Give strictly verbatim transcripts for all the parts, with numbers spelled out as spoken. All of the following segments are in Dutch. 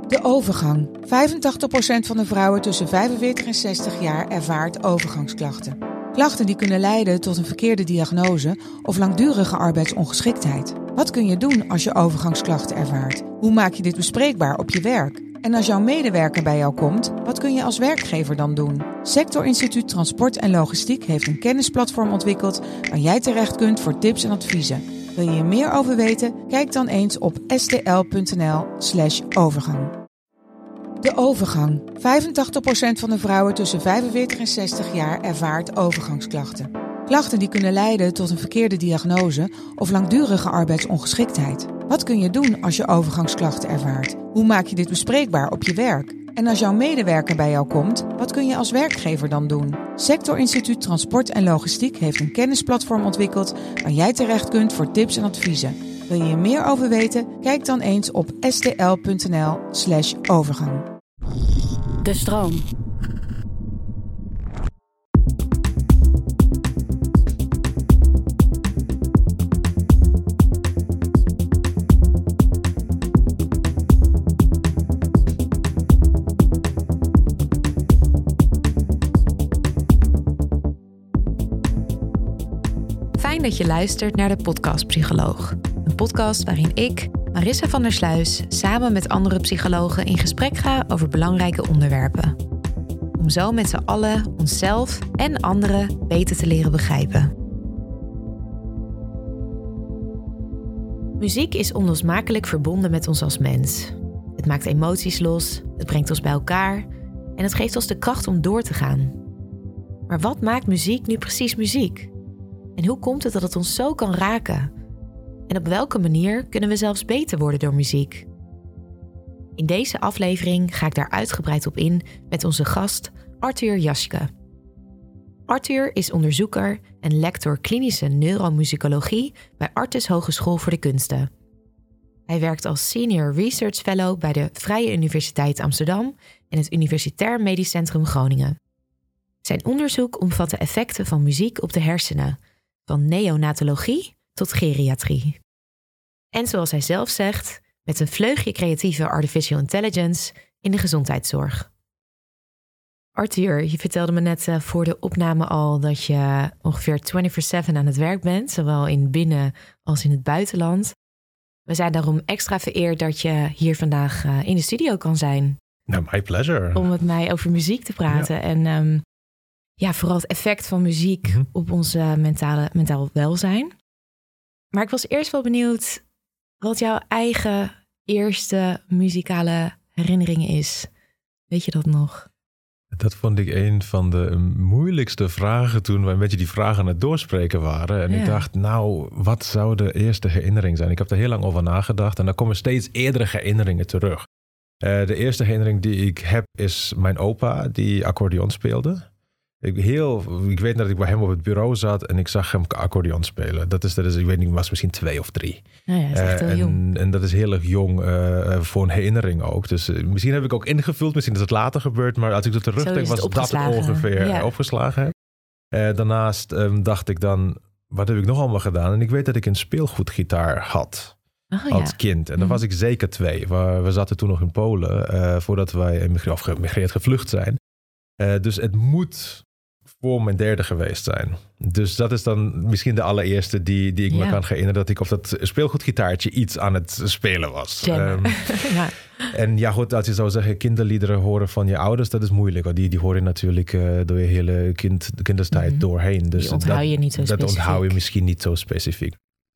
De overgang. vijfentachtig procent van de vrouwen tussen vijfenveertig en zestig jaar ervaart overgangsklachten. Klachten die kunnen leiden tot een verkeerde diagnose of langdurige arbeidsongeschiktheid. Wat kun je doen als je overgangsklachten ervaart? Hoe maak je dit bespreekbaar op je werk? En als jouw medewerker bij jou komt, wat kun je als werkgever dan doen? Sector Instituut Transport en Logistiek heeft een kennisplatform ontwikkeld waar jij terecht kunt voor tips en adviezen. Wil je hier meer over weten? Kijk dan eens op stl.nl slash overgang. De overgang. vijfentachtig procent van de vrouwen tussen vijfenveertig en zestig jaar ervaart overgangsklachten. Klachten die kunnen leiden tot een verkeerde diagnose of langdurige arbeidsongeschiktheid. Wat kun je doen als je overgangsklachten ervaart? Hoe maak je dit bespreekbaar op je werk? En als jouw medewerker bij jou komt, wat kun je als werkgever dan doen? Sector Instituut Transport en Logistiek heeft een kennisplatform ontwikkeld waar jij terecht kunt voor tips en adviezen. Wil je hier meer over weten? Kijk dan eens op stl.nl slash overgang. De stroom. Fijn dat je luistert naar de podcast Psycholoog. Een podcast waarin ik, Marissa van der Sluis, samen met andere psychologen in gesprek ga over belangrijke onderwerpen. Om zo met z'n allen onszelf en anderen beter te leren begrijpen. Muziek is onlosmakelijk verbonden met ons als mens. Het maakt emoties los, het brengt ons bij elkaar en het geeft ons de kracht om door te gaan. Maar wat maakt muziek nu precies muziek? En hoe komt het dat het ons zo kan raken? En op welke manier kunnen we zelfs beter worden door muziek? In deze aflevering ga ik daar uitgebreid op in met onze gast Arthur Jaschke. Arthur is onderzoeker en lector klinische neuromuzikologie bij Artes Hogeschool voor de Kunsten. Hij werkt als Senior Research Fellow bij de Vrije Universiteit Amsterdam en het Universitair Medisch Centrum Groningen. Zijn onderzoek omvat de effecten van muziek op de hersenen, van neonatologie tot geriatrie. En zoals hij zelf zegt, met een vleugje creatieve artificial intelligence in de gezondheidszorg. Arthur, je vertelde me net uh, voor de opname al dat je ongeveer vierentwintig zeven aan het werk bent, zowel in binnen- als in het buitenland. We zijn daarom extra vereerd dat je hier vandaag uh, in de studio kan zijn. Nou, my pleasure. Om met mij over muziek te praten. Ja. En um, ja, vooral het effect van muziek mm-hmm. op ons uh, mentale, mentaal welzijn. Maar ik was eerst wel benieuwd wat jouw eigen eerste muzikale herinnering is. Weet je dat nog? Dat vond ik een van de moeilijkste vragen toen we een beetje die vragen aan het doorspreken waren. En ja. ik dacht, nou, wat zou de eerste herinnering zijn? Ik heb er heel lang over nagedacht en dan komen steeds eerdere herinneringen terug. Uh, de eerste herinnering die ik heb is mijn opa die accordeon speelde. Ik, heel, ik weet dat ik bij hem op het bureau zat en ik zag hem accordeon spelen. Dat is, dat is ik weet niet, was misschien twee of drie. Ja, ja, dat is echt heel uh, en, jong. En dat is heel erg jong uh, voor een herinnering ook. Dus uh, misschien heb ik ook ingevuld, misschien is het later gebeurd. Maar als ik zo terugdenk, was dat het ongeveer ja. opgeslagen heb. Uh, daarnaast um, dacht ik dan, wat heb ik nog allemaal gedaan? En ik weet dat ik een speelgoedgitaar had. Oh, als ja. kind. En dan mm. was ik zeker twee. We, we zaten toen nog in Polen, uh, voordat wij emigreerd, of gemigreerd gevlucht zijn. Uh, dus het moet voor mijn derde geweest zijn. Dus dat is dan misschien de allereerste die, die ik ja. me kan herinneren, dat ik op dat speelgoedgitaartje iets aan het spelen was. Um, ja. En ja goed, als je zou zeggen kinderliederen horen van je ouders, dat is moeilijk. Want die, die hoor je natuurlijk uh, door je hele kind, kinderstijd mm-hmm. doorheen. Dus die onthoud je dat, niet zo dat specifiek. onthoud je misschien niet zo specifiek.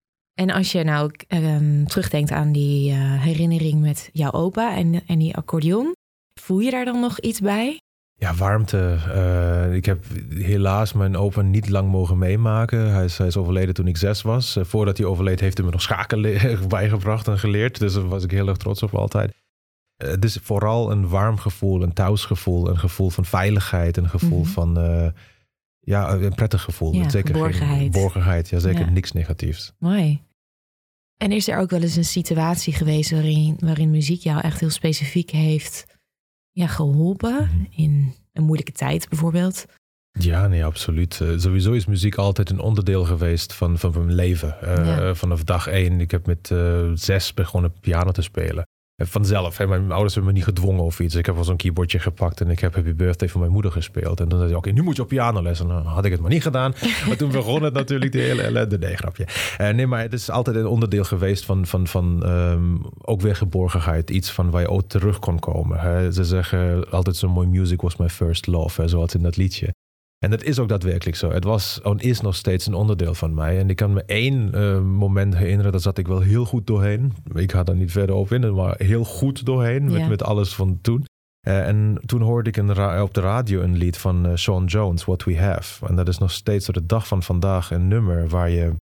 En als je nou um, terugdenkt aan die uh, herinnering met jouw opa en, en die accordeon, voel je daar dan nog iets bij? Ja, warmte. Uh, ik heb helaas mijn opa niet lang mogen meemaken. Hij is, hij is overleden toen ik zes was. Uh, voordat hij overleed heeft hij me nog schaken bijgebracht en geleerd. Dus daar was ik heel erg trots op altijd. Uh, dus vooral een warm gevoel, een thuisgevoel, een gevoel van veiligheid, een gevoel mm-hmm. van uh, ja, een prettig gevoel. Ja, zeker borgenheid. Geen, borgenheid, ja, zeker ja. niks negatiefs. Mooi. En is er ook wel eens een situatie geweest waarin, waarin muziek jou echt heel specifiek heeft ja, geholpen mm-hmm. in een moeilijke tijd bijvoorbeeld? Ja, nee, absoluut. Uh, sowieso is muziek altijd een onderdeel geweest van, van mijn leven. Uh, ja. uh, vanaf dag één. Ik heb met uh, zes begonnen piano te spelen. vanzelf. Hè. Mijn ouders hebben me niet gedwongen of iets. Ik heb wel zo'n keyboardje gepakt en ik heb Happy Birthday van mijn moeder gespeeld. En dan zei hij, oké, okay, nu moet je op pianoles. En dan had ik het maar niet gedaan. Maar toen begon het natuurlijk de hele ellende. Nee, grapje. Uh, nee, maar het is altijd een onderdeel geweest van, van, van um, ook weer geborgenheid. Iets van waar je ook terug kon komen. Hè. Ze zeggen altijd zo mooi, music was my first love. Hè, zoals in dat liedje. En dat is ook daadwerkelijk zo. Het was en is nog steeds een onderdeel van mij. En ik kan me één uh, moment herinneren, daar zat ik wel heel goed doorheen. Ik ga daar niet verder op in, maar heel goed doorheen met, ja. met alles van toen. Uh, en toen hoorde ik een ra- op de radio een lied van uh, Sean Jones, What We Have. En dat is nog steeds tot de dag van vandaag een nummer waar je,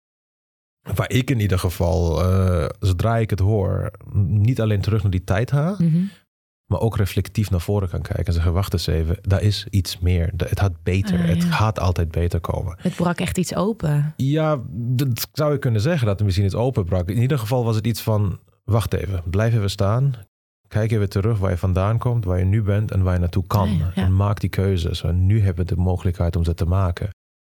waar ik in ieder geval, uh, zodra ik het hoor, niet alleen terug naar die tijd ga, mm-hmm. maar ook reflectief naar voren kan kijken en zeggen, wacht eens even, daar is iets meer. Het gaat beter. Ah, ja. Het gaat altijd beter komen. Het brak echt iets open. Ja, dat zou je kunnen zeggen, dat er misschien iets open brak. In ieder geval was het iets van, wacht even, blijf even staan. Kijk even terug waar je vandaan komt, waar je nu bent en waar je naartoe kan. Ah, ja, ja. En maak die keuzes. En nu hebben we de mogelijkheid om ze te maken.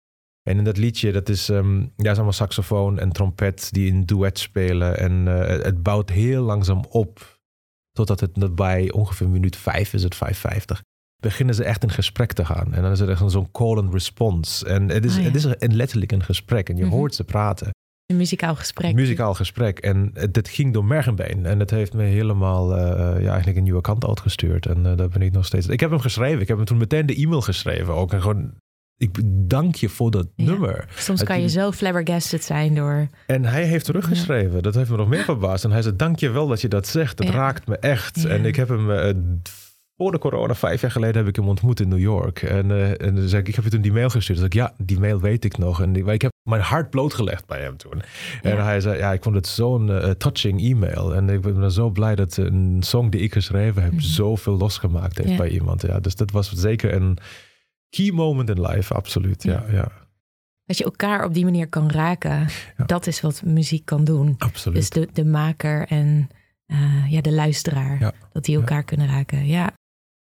En in dat liedje, dat is, um, ja, is allemaal saxofoon en trompet die een duet spelen. En uh, het bouwt heel langzaam op. Totdat het bij ongeveer minuut vijf is, het vijf vijftig, beginnen ze echt in gesprek te gaan. En dan is het echt zo'n call and response. En het is, oh ja. het is een, letterlijk een gesprek. En je mm-hmm. hoort ze praten. Een muzikaal gesprek. Een muzikaal gesprek. En het, het ging door merg en been. En het heeft me helemaal uh, ja, eigenlijk een nieuwe kant uitgestuurd. En uh, daar ben ik nog steeds. Ik heb hem geschreven. Ik heb hem toen meteen de e-mail geschreven. Ook en gewoon, ik dank je voor dat ja. nummer. Soms kan je zo flabbergasted zijn door... En hij heeft teruggeschreven. Ja. Dat heeft me nog meer verbaasd. En hij zei, dank je wel dat je dat zegt. Het ja. raakt me echt. Ja. En ik heb hem... Uh, voor de corona, vijf jaar geleden, heb ik hem ontmoet in New York. En, uh, en dan zei ik, ik heb je toen die mail gestuurd. Dus ik, ja, die mail weet ik nog. En die, ik heb mijn hart blootgelegd bij hem toen. Ja. En hij zei, ja, ik vond het zo'n uh, touching e-mail. En ik ben zo blij dat een song die ik geschreven heb... Mm. zoveel losgemaakt heeft ja. bij iemand. Ja, dus dat was zeker een key moment in life, absoluut. Ja. Ja, ja. Dat je elkaar op die manier kan raken, ja. dat is wat muziek kan doen. Absoluut. Dus de, de maker en uh, ja, de luisteraar, ja. dat die elkaar ja. kunnen raken. Ja.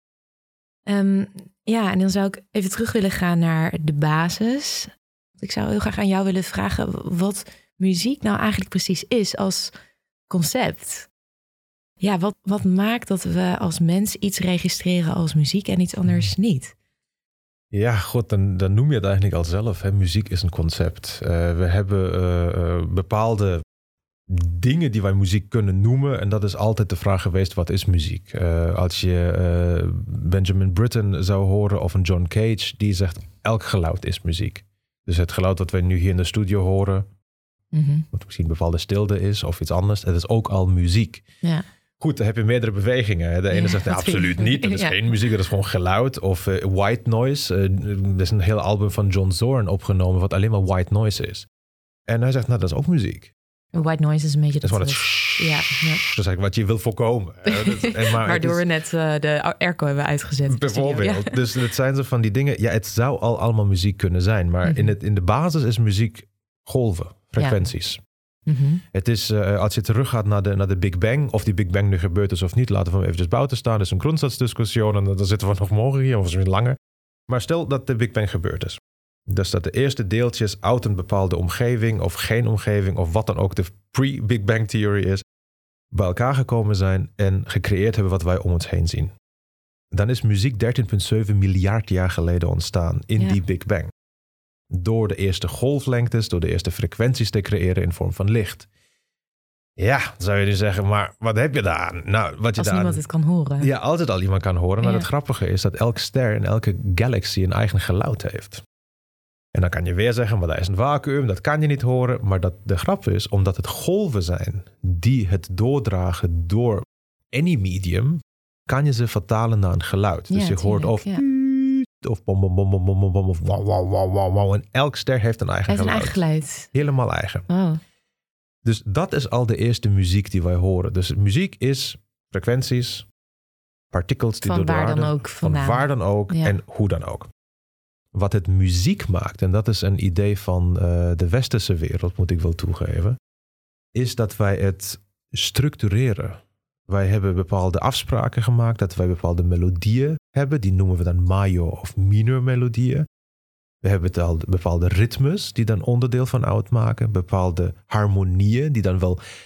Um, ja, en dan zou ik even terug willen gaan naar de basis. Ik zou heel graag aan jou willen vragen wat muziek nou eigenlijk precies is als concept. Ja, wat, wat maakt dat we als mens iets registreren als muziek en iets anders niet? Ja, goed, dan, dan noem je het eigenlijk al zelf. Hè. Muziek is een concept. Uh, we hebben uh, uh, bepaalde dingen die wij muziek kunnen noemen. En dat is altijd de vraag geweest, wat is muziek? Uh, als je uh, Benjamin Britten zou horen of een John Cage, die zegt, elk geluid is muziek. Dus het geluid dat wij nu hier in de studio horen, mm-hmm. wat misschien een bepaalde stilte is of iets anders, het is ook al muziek. Ja. Goed, dan heb je meerdere bewegingen. De ene ja, zegt, nee, absoluut niet. Dat is ja. geen muziek, dat is gewoon geluid. Of uh, white noise. Uh, er is een heel album van John Zorn opgenomen wat alleen maar white noise is. En hij zegt, nou, dat is ook muziek. White noise is een beetje... Dat, dat is gewoon het... Ja, ja. Dat is eigenlijk wat je wil voorkomen. en maar Waardoor is, we net uh, de airco hebben uitgezet. Bijvoorbeeld. Ja. Dus het zijn zo van die dingen... Ja, het zou al allemaal muziek kunnen zijn. Maar mm-hmm. in, het, in de basis is muziek golven, frequenties. Ja. Mm-hmm. Het is, uh, als je teruggaat naar de, naar de Big Bang, of die Big Bang nu gebeurd is of niet, laten we hem eventjes buiten staan. Dat is een grondstadsdiscussie en dan zitten we nog morgen hier, of misschien langer. Maar stel dat de Big Bang gebeurd is. Dus dat de eerste deeltjes uit een bepaalde omgeving of geen omgeving of wat dan ook de pre-Big Bang Theory is, bij elkaar gekomen zijn en gecreëerd hebben wat wij om ons heen zien. Dan is muziek dertien komma zeven miljard jaar geleden ontstaan in ja. die Big Bang. Door de eerste golflengtes, door de eerste frequenties te creëren in vorm van licht. Ja, zou je nu zeggen, maar wat heb je daar aan? Nou, wat je als daar niemand het kan horen. Ja, als het al iemand kan horen. Maar ja. het grappige is dat elke ster en elke galaxy een eigen geluid heeft. En dan kan je weer zeggen, maar dat is een vacuüm, dat kan je niet horen. Maar dat, de grap is, omdat het golven zijn die het doordragen door any medium, kan je ze vertalen naar een geluid. Dus ja, je hoort of... Ja. Of bom, bom, bom, bom, bom, bom, of wow, wow, wow, wow, wow. En elk ster heeft een eigen heeft geluid. Een eigen geluid. Helemaal eigen. Oh. Dus dat is al de eerste muziek die wij horen. Dus muziek is frequenties, partikels die van door de waar aarde, dan ook van vandaan. waar dan ook ja. en hoe dan ook. Wat het muziek maakt, en dat is een idee van uh, de westerse wereld, moet ik wel toegeven, is dat wij het structureren. Wij hebben bepaalde afspraken gemaakt dat wij bepaalde melodieën hebben. Die noemen we dan major of minor melodieën. We hebben het al bepaalde ritmes die dan onderdeel van uitmaken. Bepaalde harmonieën die dan wel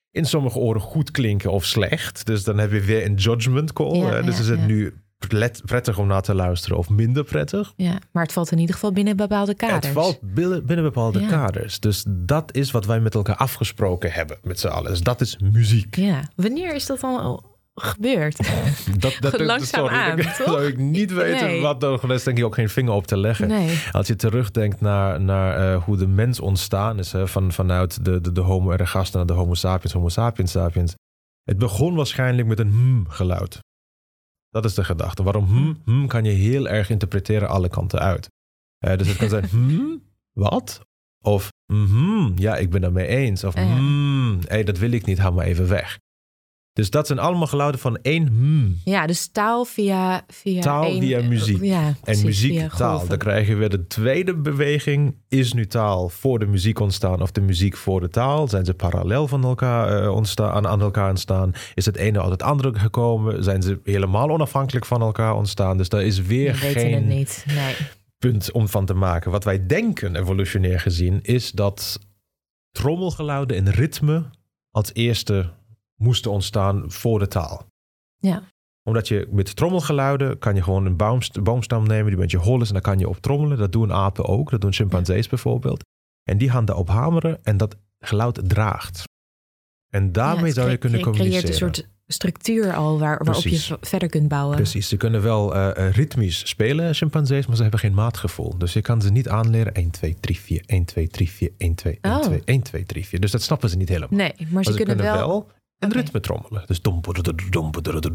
in sommige oren goed klinken of slecht. Dus dan heb je weer een judgment call. Ja, hè? Dus ja, is het ja. nu prettig om naar te luisteren of minder prettig? Ja, maar het valt in ieder geval binnen bepaalde kaders. Het valt binnen, binnen bepaalde ja. kaders. Dus dat is wat wij met elkaar afgesproken hebben met z'n allen. Dus dat is muziek. Ja. Wanneer is dat dan gebeurd? Dat, dat, Langzaam sorry, aan, dat toch? zou ik niet weten Nee. wat er is. Denk ik ook geen vinger op te leggen. Nee. Als je terugdenkt naar, naar uh, hoe de mens ontstaan is, hè, van, vanuit de, de, de homo ergaster naar de homo sapiens, homo sapiens sapiens. Het begon waarschijnlijk met een hm geluid. Dat is de gedachte. Waarom hm? Hm kan je heel erg interpreteren alle kanten uit. Uh, dus het kan zijn hm, wat? Of hm, ja, ik ben het mee eens. Of Uh. hm, hey, dat wil ik niet, hou maar even weg. Dus dat zijn allemaal geluiden van één hm. Ja, dus taal via... via Taal één, via muziek. Ja, precies, en muziek via taal. golven. Dan krijg je weer de tweede beweging. Is nu taal voor de muziek ontstaan of de muziek voor de taal? Zijn ze parallel van elkaar uh, ontstaan, aan elkaar ontstaan? Is het ene uit het andere gekomen? Zijn ze helemaal onafhankelijk van elkaar ontstaan? Dus daar is weer We geen weten het niet. Nee. punt om van te maken. Wat wij denken, evolutionair gezien, is dat trommelgeluiden en ritme als eerste moesten ontstaan voor de taal. Ja. Omdat je met trommelgeluiden kan je gewoon een boomst- boomstam nemen, die een beetje hol is en dan kan je op trommelen. Dat doen apen ook, dat doen chimpansees bijvoorbeeld. En die gaan daarop hameren en dat geluid draagt. En daarmee ja, zou je kunnen Je communiceren. creëert een soort structuur al waar, waarop Precies. je verder kunt bouwen. Precies, ze kunnen wel uh, uh, ritmisch spelen, chimpansees, maar ze hebben geen maatgevoel. Dus je kan ze niet aanleren één, twee, drie, vier, één, twee, drie, vier, één, twee, één, Oh. twee, één, twee, drie, vier. Dus dat snappen ze niet helemaal. Nee, maar, Maar ze, kunnen, wel... een Oké. ritme trommelen. Dus dom, dom,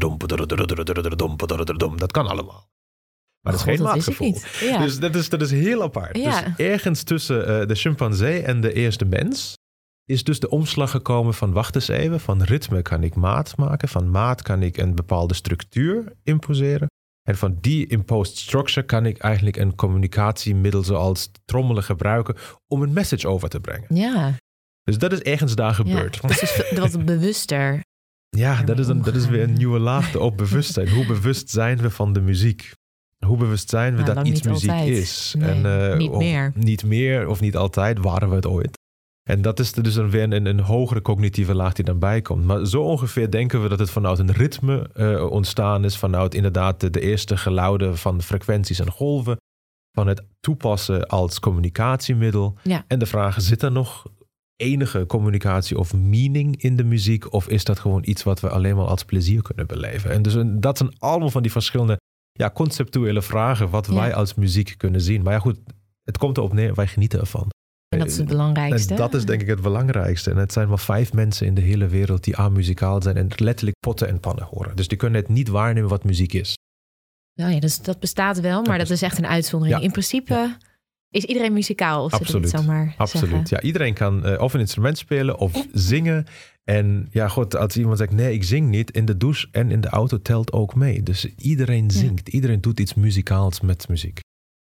dom, dat kan allemaal. Maar dat is God, geen dat wist ik maatgevoel. niet. Ja. Dus dat is, dat is heel apart. Ja. Dus ergens tussen uh, de chimpansee en de eerste mens is dus de omslag gekomen van wacht eens even, van ritme kan ik maat maken, van maat kan ik een bepaalde structuur imposeren. En van die imposed structure kan ik eigenlijk een communicatiemiddel zoals trommelen gebruiken om een message over te brengen. Ja. Dus dat is ergens daar gebeurd. Ja, dus het is wat bewuster. Ja, dat is, een, dat is weer een nieuwe laag op bewustzijn. Hoe bewust zijn we van de muziek? Hoe bewust zijn we Nou, dat lang iets niet muziek altijd. is? Nee, en, uh, niet of, meer. Niet meer of niet altijd waren we het ooit. En dat is dus dan weer een, een hogere cognitieve laag die dan bij komt. Maar zo ongeveer denken we dat het vanuit een ritme uh, ontstaan is. Vanuit inderdaad de, de eerste geluiden van frequenties en golven. Van het toepassen als communicatiemiddel. Ja. En de vraag, zit er nog enige communicatie of meaning in de muziek? Of is dat gewoon iets wat we alleen maar als plezier kunnen beleven? En dus een, dat zijn allemaal van die verschillende ja, conceptuele vragen wat Ja. wij als muziek kunnen zien. Maar ja goed, het komt erop neer, wij genieten ervan. En dat is het belangrijkste. En dat is denk ik het belangrijkste. En het zijn maar vijf mensen in de hele wereld die amuzikaal zijn en letterlijk potten en pannen horen. Dus die kunnen het niet waarnemen wat muziek is. Nou ja, dus dat bestaat wel, maar dat is echt een uitzondering. Ja. In principe ja. is iedereen muzikaal, of Absoluut. zullen we het zomaar Absoluut. zeggen? Ja, iedereen kan uh, of een instrument spelen of zingen. En ja, goed, als iemand zegt nee, ik zing niet, in de douche en in de auto telt ook mee. Dus iedereen zingt. Ja. Iedereen doet iets muzikaals met muziek.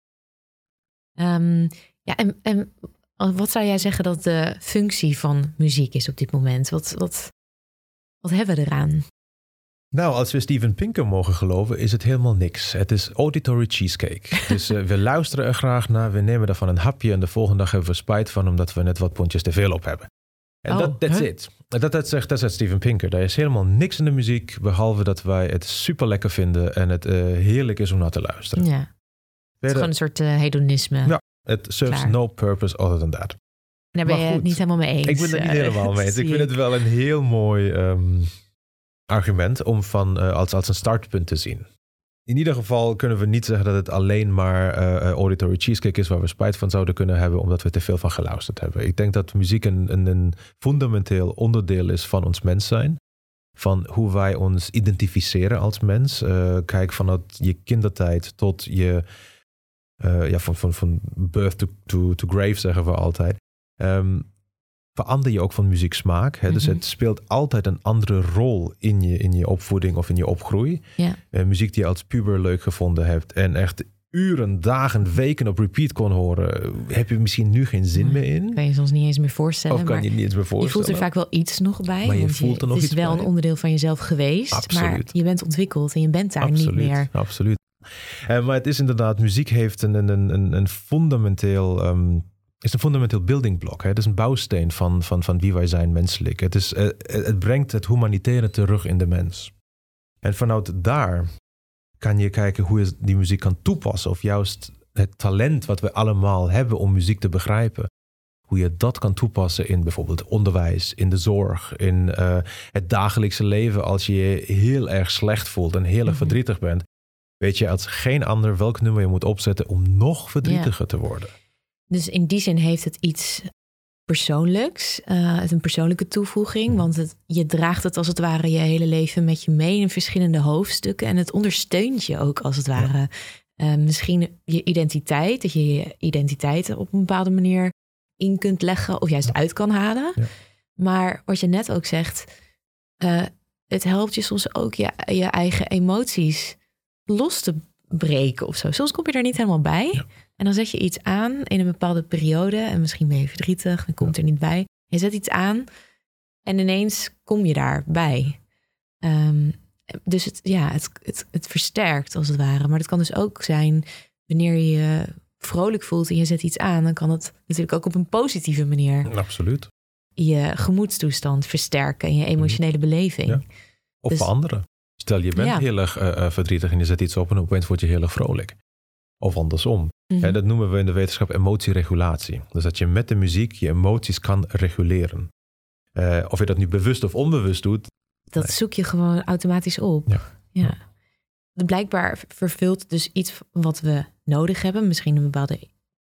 Um, ja, en, en wat zou jij zeggen dat de functie van muziek is op dit moment? Wat, wat, wat hebben we eraan? Nou, als we Steven Pinker mogen geloven, is het helemaal niks. Het is auditory cheesecake. Dus uh, we luisteren er graag naar, we nemen daarvan een hapje en de volgende dag hebben we spijt van, omdat we net wat pondjes te veel op hebben. En dat oh, that's huh? it. Dat, dat, zegt, dat zegt Steven Pinker. Er is helemaal niks in de muziek, behalve dat wij het super lekker vinden en het uh, heerlijk is om naar te luisteren. Ja. Het is gewoon een soort uh, hedonisme. Ja, het serves Klaar. no purpose other than that. Daar ben je het niet helemaal mee eens. Ik ben het niet helemaal mee eens. Ik vind het wel een heel mooi um, argument om van, uh, als, als een startpunt te zien. In ieder geval kunnen we niet zeggen dat het alleen maar uh, auditory cheesecake is waar we spijt van zouden kunnen hebben omdat we te veel van geluisterd hebben. Ik denk dat muziek een, een, een fundamenteel onderdeel is van ons mens zijn. Van hoe wij ons identificeren als mens. Uh, kijk, vanuit je kindertijd tot je uh, ja, van, van, van birth to, to, to grave zeggen we altijd. Um, verander je ook van muzieksmaak. Hè? Mm-hmm. Dus het speelt altijd een andere rol in je, in je opvoeding of in je opgroei. Ja. Uh, muziek die je als puber leuk gevonden hebt en echt uren, dagen, weken op repeat kon horen, heb je misschien nu geen zin meer in. Kan je soms niet eens meer voorstellen. Of kan je niet eens meer voorstellen. Je voelt er vaak wel iets nog bij. Maar je want voelt er nog het is iets wel bij. een onderdeel van jezelf geweest. Absoluut. Maar je bent ontwikkeld en je bent daar absoluut, niet meer. Absoluut. Uh, maar het is inderdaad, muziek heeft een, een, een, een fundamenteel um, is een fundamenteel building block. Hè? Het is een bouwsteen van, van, van wie wij zijn menselijk. Het, is, uh, het brengt het humanitaire terug in de mens. En vanuit daar kan je kijken hoe je die muziek kan toepassen. Of juist het talent wat we allemaal hebben om muziek te begrijpen. Hoe je dat kan toepassen in bijvoorbeeld onderwijs, in de zorg, in uh, het dagelijkse leven. Als je je heel erg slecht voelt en heel erg mm-hmm. verdrietig bent. Weet je als geen ander welk nummer je moet opzetten om nog verdrietiger ja. te worden. Dus in die zin heeft het iets persoonlijks. Uh, het een persoonlijke toevoeging. Want het, je draagt het als het ware je hele leven met je mee in verschillende hoofdstukken. En het ondersteunt je ook als het ware. Ja. Uh, misschien je identiteit. Dat je je identiteit op een bepaalde manier in kunt leggen. Of juist ja. uit kan halen. Ja. Maar wat je net ook zegt. Uh, het helpt je soms ook je, je eigen emoties los te breken of zo. Soms kom je er niet helemaal bij. Ja. En dan zet je iets aan in een bepaalde periode. En misschien ben je verdrietig en komt ja. er niet bij. Je zet iets aan en ineens kom je daarbij. Um, dus het, ja, het, het, het versterkt als het ware. Maar het kan dus ook zijn wanneer je je vrolijk voelt en je zet iets aan. Dan kan het natuurlijk ook op een positieve manier. Absoluut. Je gemoedstoestand versterken en je emotionele beleving. Ja. Of dus, veranderen. Stel je bent ja. heel erg uh, verdrietig en je zet iets op en opeens word je heel erg vrolijk. Of andersom. Mm-hmm. Ja, dat noemen we in de wetenschap emotieregulatie. Dus dat je met de muziek je emoties kan reguleren. Uh, of je dat nu bewust of onbewust doet. Dat nee. zoek je gewoon automatisch op. Ja. Ja. Ja. Blijkbaar vervult dus iets wat we nodig hebben. Misschien een bepaalde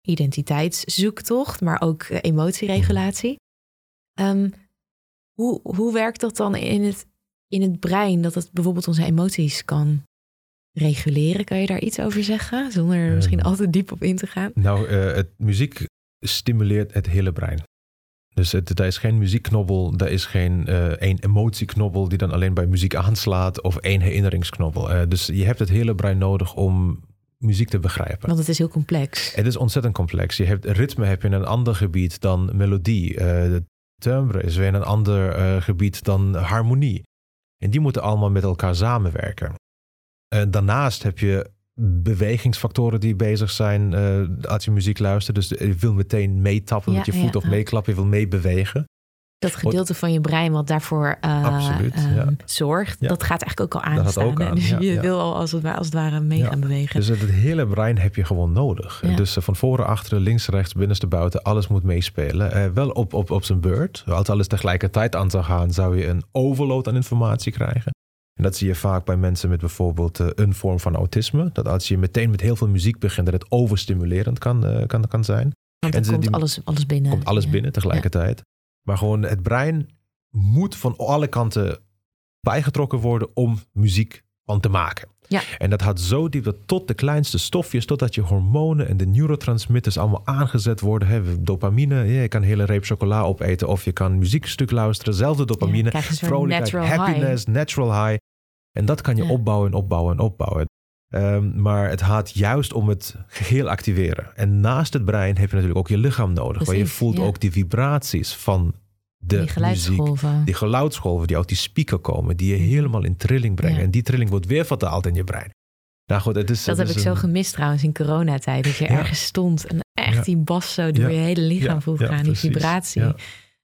identiteitszoektocht, maar ook uh, emotieregulatie. Mm-hmm. Um, hoe, hoe werkt dat dan in het, in het brein? Dat het bijvoorbeeld onze emoties kan reguleren, kan je daar iets over zeggen? Zonder er misschien uh, al te diep op in te gaan. Nou, uh, het, muziek stimuleert het hele brein. Dus het, er is geen muziekknobbel, er is geen uh, één emotieknobbel die dan alleen bij muziek aanslaat of één herinneringsknobbel. Uh, dus je hebt het hele brein nodig om muziek te begrijpen. Want het is heel complex. Het is ontzettend complex. Je hebt ritme heb je in een ander gebied dan melodie. Uh, de timbre is weer in een ander uh, gebied dan harmonie. En die moeten allemaal met elkaar samenwerken. Uh, daarnaast heb je bewegingsfactoren die bezig zijn uh, als je muziek luistert. Dus je wil meteen meetappen ja, met je voet ja, of meeklappen. Je wil meebewegen. Dat gedeelte van je brein wat daarvoor uh, Absoluut, um, ja. zorgt, ja. dat gaat eigenlijk ook al aanstaan. Ook aan. Dus ja, je ja. wil al als het, als het ware mee ja. gaan bewegen. Dus het, het hele brein heb je gewoon nodig. Ja. Dus uh, van voren, achteren, links, rechts, binnenste, buiten, alles moet meespelen. Uh, wel op, op, op zijn beurt. Als alles tegelijkertijd aan zou gaan, zou je een overload aan informatie krijgen. En dat zie je vaak bij mensen met bijvoorbeeld uh, een vorm van autisme. Dat als je meteen met heel veel muziek begint, dat het overstimulerend kan, uh, kan, kan zijn. Want dan en komt die, alles, alles binnen. Komt alles ja. binnen tegelijkertijd. Ja. Maar gewoon het brein moet van alle kanten bijgetrokken worden om muziek van te maken. Ja. En dat gaat zo diep dat tot de kleinste stofjes, totdat je hormonen en de neurotransmitters allemaal aangezet worden. Hè. Dopamine, ja, je kan een hele reep chocola opeten of je kan een muziekstuk luisteren. Zelfde dopamine, ja, vrolijkheid, happiness, high. natural high. En dat kan je ja. opbouwen en opbouwen en opbouwen. Um, maar het gaat juist om het geheel activeren. En naast het brein heb je natuurlijk ook je lichaam nodig. Precies, waar je voelt ja. ook die vibraties van de die geluidsgolven. muziek. Die geluidsgolven die uit die speaker komen. Die je helemaal in trilling brengen. Ja. En die trilling wordt weer vertaald in je brein. Nou goed, het is, dat het heb is ik een... zo gemist trouwens in coronatijd. Dat je ja. ergens stond en echt ja. die bas zo door ja. je hele lichaam ja. voelt ja, gaan. Die vibratie. Ja.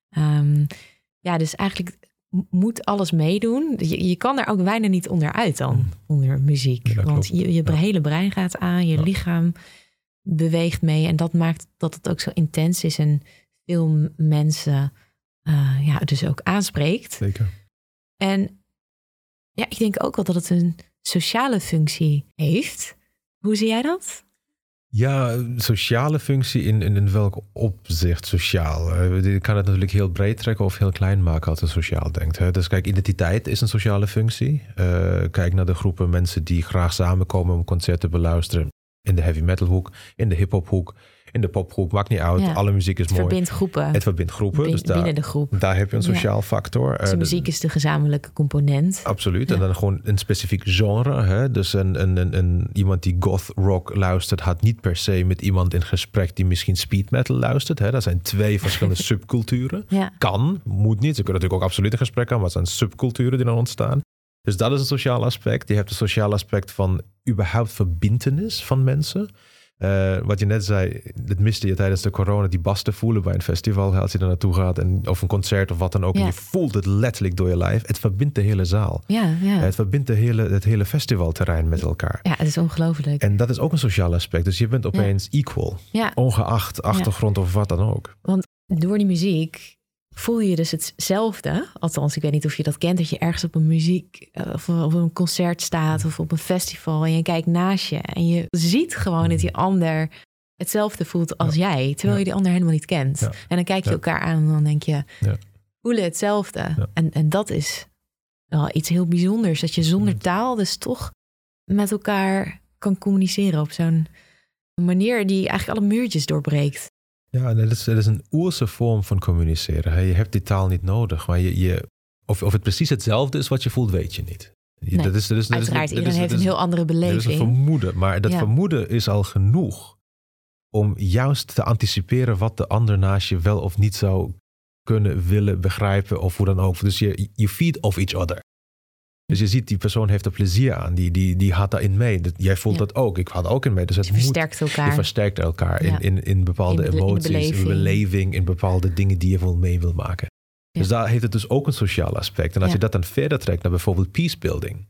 Um, ja, dus eigenlijk moet alles meedoen. Je, je kan er ook bijna niet onderuit dan, onder muziek. Ja, want je, je ja. hele brein gaat aan, je ja. lichaam beweegt mee. En dat maakt dat het ook zo intens is en veel mensen uh, ja, dus ook aanspreekt. Zeker. En ja, ik denk ook wel dat het een sociale functie heeft. Hoe zie jij dat? Ja, sociale functie in, in, in welk opzicht sociaal? Uh, je kan het natuurlijk heel breed trekken of heel klein maken als je sociaal denkt. Hè? Dus kijk, identiteit is een sociale functie. Uh, kijk naar de groepen mensen die graag samenkomen om concerten te beluisteren. In de heavy metal hoek, in de hip-hop hoek, in de popgroep, maakt niet uit. Ja. Alle muziek is het mooi. Het verbindt groepen. Het verbindt groepen. Bin, dus daar, binnen de groep. Daar heb je een sociaal ja. factor. Dus de muziek is de gezamenlijke component. Absoluut. Ja. En dan gewoon een specifiek genre. Hè? Dus een, een, een, een, iemand die goth rock luistert, had niet per se met iemand in gesprek die misschien speed metal luistert. Hè? Dat zijn twee verschillende subculturen. Ja. Kan, moet niet. Ze kunnen natuurlijk ook absoluut in gesprek gaan, maar het zijn subculturen die dan ontstaan. Dus dat is een sociaal aspect. Je hebt het sociaal aspect van überhaupt verbintenis van mensen. Uh, wat je net zei, dat miste je tijdens de corona, die bas te voelen bij een festival. Als je er naartoe gaat en, of een concert of wat dan ook. Ja. En je voelt het letterlijk door je lijf. Het verbindt de hele zaal. Ja, ja. Het verbindt de hele, het hele festivalterrein met elkaar. Ja, het is ongelooflijk. En dat is ook een sociaal aspect. Dus je bent opeens ja. equal. Ja. Ongeacht achtergrond ja. of wat dan ook. Want door die muziek voel je dus hetzelfde. Althans, ik weet niet of je dat kent. Dat je ergens op een muziek of op een concert staat of op een festival en je kijkt naast je. En je ziet gewoon dat die ander hetzelfde voelt als ja. jij. Terwijl ja. je die ander helemaal niet kent. Ja. En dan kijk je ja. elkaar aan en dan denk je, ja. voelen hetzelfde. Ja. En, en dat is wel iets heel bijzonders. Dat je zonder taal dus toch met elkaar kan communiceren op zo'n manier die eigenlijk alle muurtjes doorbreekt. Ja, dat is, dat is een oerse vorm van communiceren. Je hebt die taal niet nodig. Maar je, je, of, of het precies hetzelfde is wat je voelt, weet je niet. Nee, dat is, dat is, dat uiteraard, is, dat iedereen is, heeft is, een heel andere beleving. Dat is een vermoeden. Maar dat ja. vermoeden is al genoeg om juist te anticiperen wat de ander naast je wel of niet zou kunnen, willen, begrijpen of hoe dan ook. Dus je, je feed off each other. Dus je ziet, die persoon heeft er plezier aan. Die, die, die gaat daarin mee. Jij voelt ja. dat ook. Ik had ook in mee. Dus het je versterkt moet, elkaar. Je versterkt elkaar ja. in, in, in bepaalde in be- emoties, in beleving. in beleving, in bepaalde dingen die je wel mee wil maken. Ja. Dus daar heeft het dus ook een sociaal aspect. En als ja. je dat dan verder trekt naar bijvoorbeeld peacebuilding.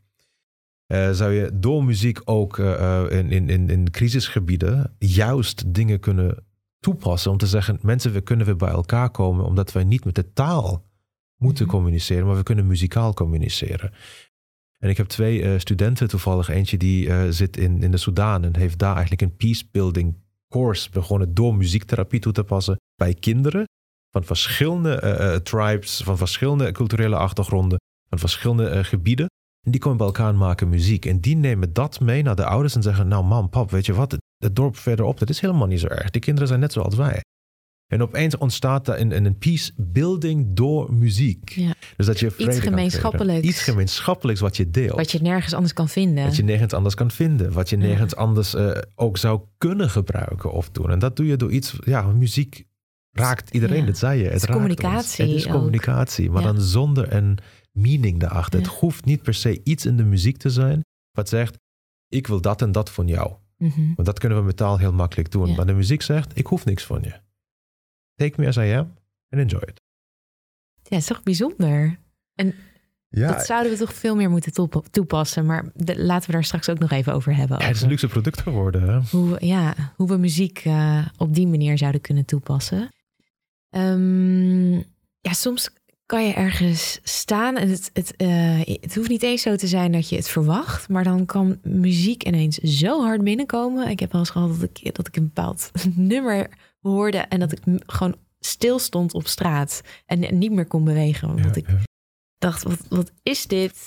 Uh, zou je door muziek ook uh, in, in, in, in crisisgebieden juist dingen kunnen toepassen. Om te zeggen, mensen, we kunnen weer bij elkaar komen. Omdat wij niet met de taal moeten mm-hmm. communiceren. Maar we kunnen muzikaal communiceren. En ik heb twee uh, studenten toevallig. Eentje die uh, zit in, in de Soedan en heeft daar eigenlijk een peacebuilding course begonnen door muziektherapie toe te passen bij kinderen van verschillende uh, uh, tribes, van verschillende culturele achtergronden, van verschillende uh, gebieden. En die komen bij elkaar en maken muziek. En die nemen dat mee naar de ouders en zeggen, nou mam, pap, weet je wat, het, het dorp verderop, dat is helemaal niet zo erg. Die kinderen zijn net zoals wij. En opeens ontstaat daar een, een peace building door muziek. Ja. Dus dat je iets gemeenschappelijks. Iets gemeenschappelijks wat je deelt. Wat je nergens anders kan vinden. Wat je nergens anders kan vinden. Wat je nergens ja. anders uh, ook zou kunnen gebruiken of doen. En dat doe je door iets, ja, muziek raakt iedereen, ja. dat zei je. Het, het is raakt communicatie. Ons. Het is ook. communicatie, maar ja. dan zonder een meaning daarachter. Ja. Het hoeft niet per se iets in de muziek te zijn wat zegt, ik wil dat en dat van jou. Mm-hmm. Want dat kunnen we met taal heel makkelijk doen. Ja. Maar de muziek zegt, ik hoef niks van je. Take me as I am and enjoy it. Ja, het is toch bijzonder. En ja, dat zouden we toch veel meer moeten toepassen. Maar de, laten we daar straks ook nog even over hebben. Ja, het is een luxe product geworden. Hè? Hoe, ja, hoe we muziek uh, op die manier zouden kunnen toepassen. Um, ja, soms kan je ergens staan. En het, het, uh, het hoeft niet eens zo te zijn dat je het verwacht. Maar dan kan muziek ineens zo hard binnenkomen. Ik heb wel eens gehad dat ik, dat ik een bepaald nummer hoorde en dat ik gewoon stil stond op straat en niet meer kon bewegen. Omdat ja, ik ja. dacht, wat, wat is dit?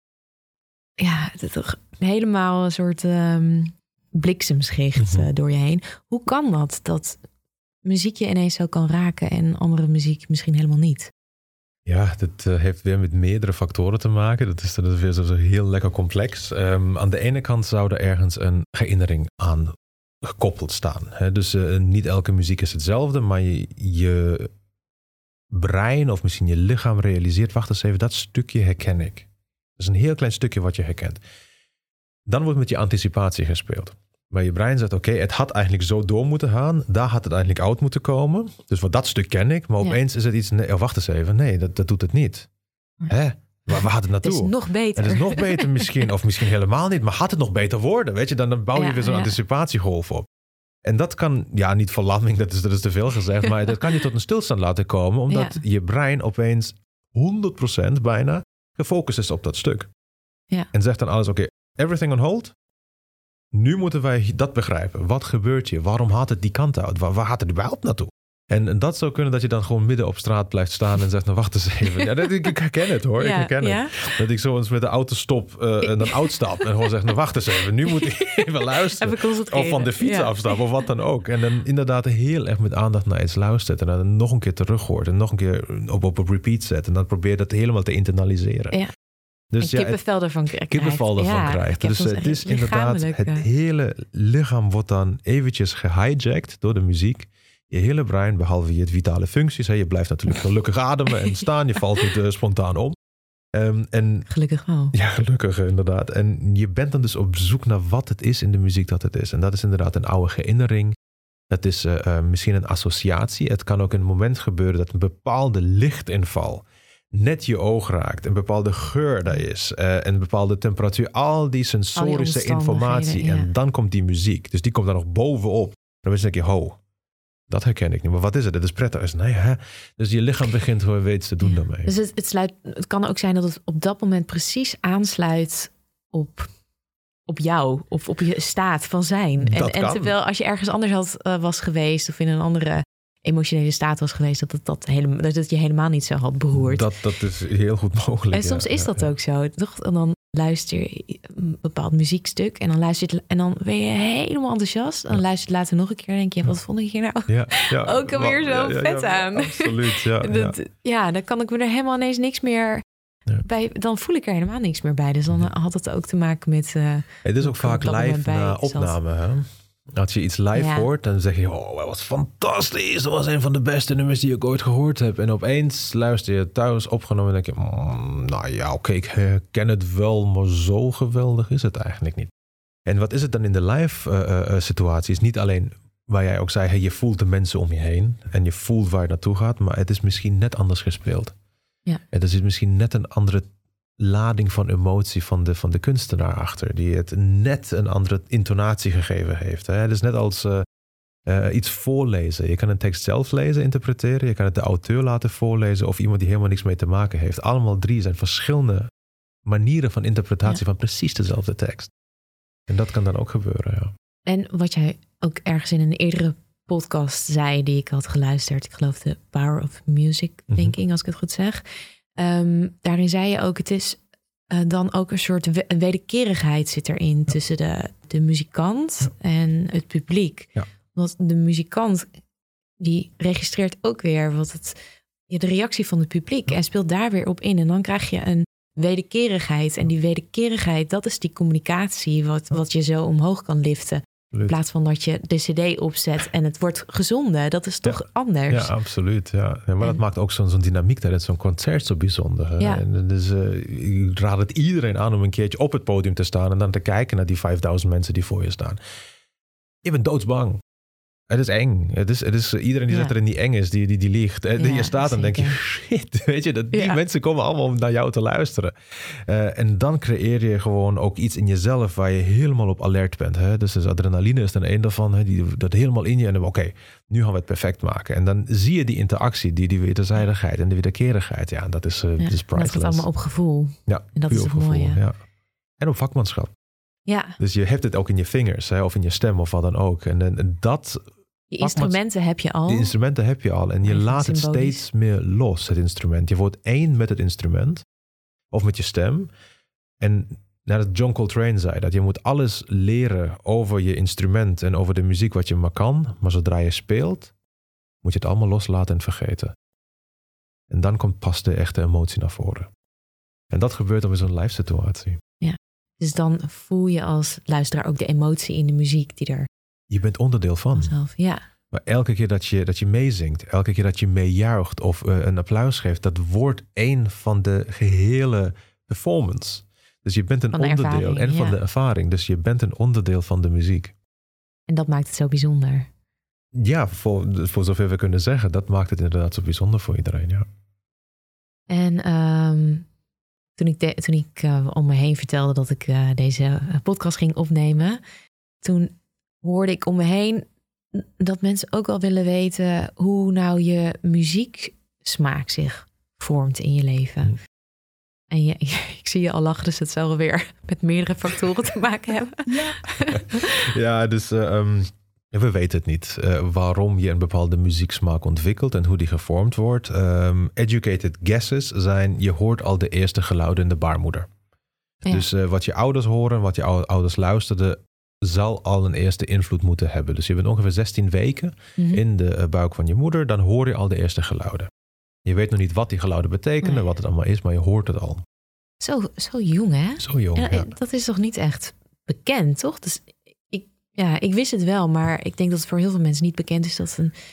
Ja, het is toch helemaal een soort um, bliksemschicht mm-hmm. uh, door je heen. Hoe kan dat, dat muziek je ineens zo kan raken en andere muziek misschien helemaal niet? Ja, dat uh, heeft weer met meerdere factoren te maken. Dat is, dat is weer zo, zo heel lekker complex. Um, aan de ene kant zou er ergens een herinnering aan gekoppeld staan. Hè? Dus uh, niet elke muziek is hetzelfde, maar je, je brein of misschien je lichaam realiseert, wacht eens even, dat stukje herken ik. Dat is een heel klein stukje wat je herkent. Dan wordt met je anticipatie gespeeld. Maar je brein zegt, oké, okay, het had eigenlijk zo door moeten gaan. Daar had het eigenlijk uit moeten komen. Dus wat dat stuk ken ik. Maar ja. opeens is het iets, nee, oh, wacht eens even, nee, dat, dat doet het niet. Hè? Maar waar gaat het naartoe? Het is nog beter. Het is nog beter misschien. Of misschien helemaal niet. Maar gaat het nog beter worden? Weet je, dan, dan bouw je ja, weer zo'n ja. anticipatiegolf op. En dat kan, ja, niet verlamming, dat is, dat is te veel gezegd. Maar dat kan je tot een stilstand laten komen. Omdat ja. je brein opeens honderd procent bijna gefocust is op dat stuk. Ja. En zegt dan alles, oké, okay, everything on hold. Nu moeten wij dat begrijpen. Wat gebeurt hier? Waarom gaat het die kant uit? Waar, waar gaat het überhaupt naartoe? En, en dat zou kunnen dat je dan gewoon midden op straat blijft staan en zegt, nou wacht eens even. Ja, dat, ik, ik herken het hoor, ja, ik herken ja. het. Dat ik zo eens met de auto stop uh, en dan uitstap en gewoon zeg, nou wacht eens even. Nu moet ik even luisteren. Of van de fiets ja. afstappen of wat dan ook. En dan inderdaad heel erg met aandacht naar iets luistert. En dan nog een keer terug hoort en nog een keer op, op, op repeat zet. En dan probeer je dat helemaal te internaliseren. Ja. Dus en kippenvel ja, ervan krijgt. Kippenvel ervan ja, krijgt. Dus het is inderdaad, het hele lichaam wordt dan eventjes gehijacked door de muziek. Je hele brein, behalve je vitale functies. Hè, je blijft natuurlijk gelukkig ademen en staan. Je valt niet uh, spontaan om. Um, en, gelukkig wel. Ja, gelukkig inderdaad. En je bent dan dus op zoek naar wat het is in de muziek dat het is. En dat is inderdaad een oude herinnering. Dat is uh, uh, misschien een associatie. Het kan ook een moment gebeuren dat een bepaalde lichtinval net je oog raakt. Een bepaalde geur daar is. Uh, een bepaalde temperatuur. Al die sensorische al die informatie. Ja. En dan komt die muziek. Dus die komt daar nog bovenop. Dan denk je, ho, dat herken ik niet. Maar wat is het? Het is prettig. Is, nee, hè? Dus je lichaam begint gewoon weer iets te doen ja. daarmee. Dus het, het, sluit, het kan ook zijn dat het op dat moment precies aansluit op, op jou. Of op je staat van zijn. En, en terwijl als je ergens anders had, uh, was geweest of in een andere emotionele staat was geweest, dat het, dat, helemaal, dat het je helemaal niet zo had beroerd. Dat, dat is heel goed mogelijk. En soms ja, is ja, dat ja. ook zo. Toch? En dan luister je een bepaald muziekstuk en dan luister je het, en dan ben je helemaal enthousiast. En dan luister je het later nog een keer en denk je, wat vond ik hier nou ja, ja, ook alweer zo ja, ja, vet ja, aan. Absoluut, ja. dat, ja. ja, dan kan ik me er helemaal ineens niks meer ja. bij. Dan voel ik er helemaal niks meer bij. Dus dan ja. had het ook te maken met. Uh, het is ook vaak live na opname, hè? Als je iets live ja. hoort, dan zeg je, oh, dat was fantastisch. Dat was een van de beste nummers die ik ooit gehoord heb. En opeens luister je thuis opgenomen en denk je, mm, nou ja, oké, okay, ik herken het wel, maar zo geweldig is het eigenlijk niet. En wat is het dan in de live uh, uh, situatie? Is niet alleen waar jij ook zei, hey, je voelt de mensen om je heen en je voelt waar je naartoe gaat, maar het is misschien net anders gespeeld. Ja. En er zit misschien net een andere lading van emotie van de, van de kunstenaar achter, die het net een andere intonatie gegeven heeft. Het is net als uh, uh, iets voorlezen. Je kan een tekst zelf lezen, interpreteren. Je kan het de auteur laten voorlezen of iemand die helemaal niks mee te maken heeft. Allemaal drie zijn verschillende manieren van interpretatie ja. van precies dezelfde tekst. En dat kan dan ook gebeuren, ja. En wat jij ook ergens in een eerdere podcast zei die ik had geluisterd, ik geloof de Power of Music Thinking, mm-hmm. als ik het goed zeg. Um, daarin zei je ook, het is uh, dan ook een soort we- wederkerigheid zit erin ja. tussen de, de muzikant ja. en het publiek. Ja. Want de muzikant die registreert ook weer wat het, ja, de reactie van het publiek ja. en speelt daar weer op in. En dan krijg je een wederkerigheid. En die wederkerigheid, dat is die communicatie wat, wat je zo omhoog kan liften. In plaats van dat je de cd opzet en het wordt gezonden. Dat is toch ja, anders? Ja, absoluut. Ja. Ja, maar en, dat maakt ook zo'n, zo'n dynamiek tijdens zo'n concert zo bijzonder. Ja. En dus, uh, ik raad het iedereen aan om een keertje op het podium te staan en dan te kijken naar die vijfduizend mensen die voor je staan. Je bent doodsbang. Het is eng. Het is, het is, iedereen die ja. zit erin die eng is, die, die, die liegt. Ja, je staat en denk je, shit, weet je, dat, die ja. mensen komen allemaal om naar jou te luisteren. Uh, en dan creëer je gewoon ook iets in jezelf waar je helemaal op alert bent. Hè? Dus, dus adrenaline is dan een daarvan, hè? Die, dat helemaal in je. En dan, oké, okay, nu gaan we het perfect maken. En dan zie je die interactie, die, die wederzijdigheid en de wederkerigheid. Ja, dat is, uh, ja, dat is priceless. Dat gaat allemaal op gevoel. Ja, en dat is het mooie. Ja. En op vakmanschap. Ja. Dus je hebt het ook in je vingers, hè, of in je stem of wat dan ook. En, en dat... Die instrumenten heb je al. Die instrumenten heb je al. En je Eigenlijk laat het symbolisch. Steeds meer los, het instrument. Je wordt één met het instrument. Of met je stem. En nadat John Coltrane zei dat je moet alles leren over je instrument en over de muziek wat je maar kan. Maar zodra je speelt, moet je het allemaal loslaten en vergeten. En dan komt pas de echte emotie naar voren. En dat gebeurt dan in zo'n live situatie. Ja, dus dan voel je als luisteraar ook de emotie in de muziek die er... Je bent onderdeel van. Zelf, ja. Maar elke keer dat je, dat je meezingt, elke keer dat je meejuicht of uh, een applaus geeft, dat wordt één van de gehele performance. Dus je bent een van onderdeel ervaring, en van ja. de ervaring. Dus je bent een onderdeel van de muziek. En dat maakt het zo bijzonder. Ja, voor, voor zover we kunnen zeggen, dat maakt het inderdaad zo bijzonder voor iedereen, ja. En um, toen ik, de, toen ik uh, om me heen vertelde dat ik uh, deze podcast ging opnemen, toen hoorde ik om me heen dat mensen ook wel willen weten hoe nou je muzieksmaak zich vormt in je leven. Mm. En je, ik zie je al lachen, dus het zal weer met meerdere factoren te maken hebben. Ja, ja dus uh, um, we weten het niet. Uh, waarom je een bepaalde muzieksmaak ontwikkelt en hoe die gevormd wordt. Um, educated guesses zijn, je hoort al de eerste geluiden in de baarmoeder. Ja. Dus uh, wat je ouders horen, wat je ouders luisterden, zal al een eerste invloed moeten hebben. Dus je bent ongeveer zestien weken mm-hmm. in de buik van je moeder, dan hoor je al de eerste geluiden. Je weet nog niet wat die geluiden betekenen, nee. wat het allemaal is, maar je hoort het al. Zo, zo jong, hè? Zo jong, ja, ja. Dat is toch niet echt bekend, toch? Dus ik, ja, ik wist het wel, maar ik denk dat het voor heel veel mensen niet bekend is dat een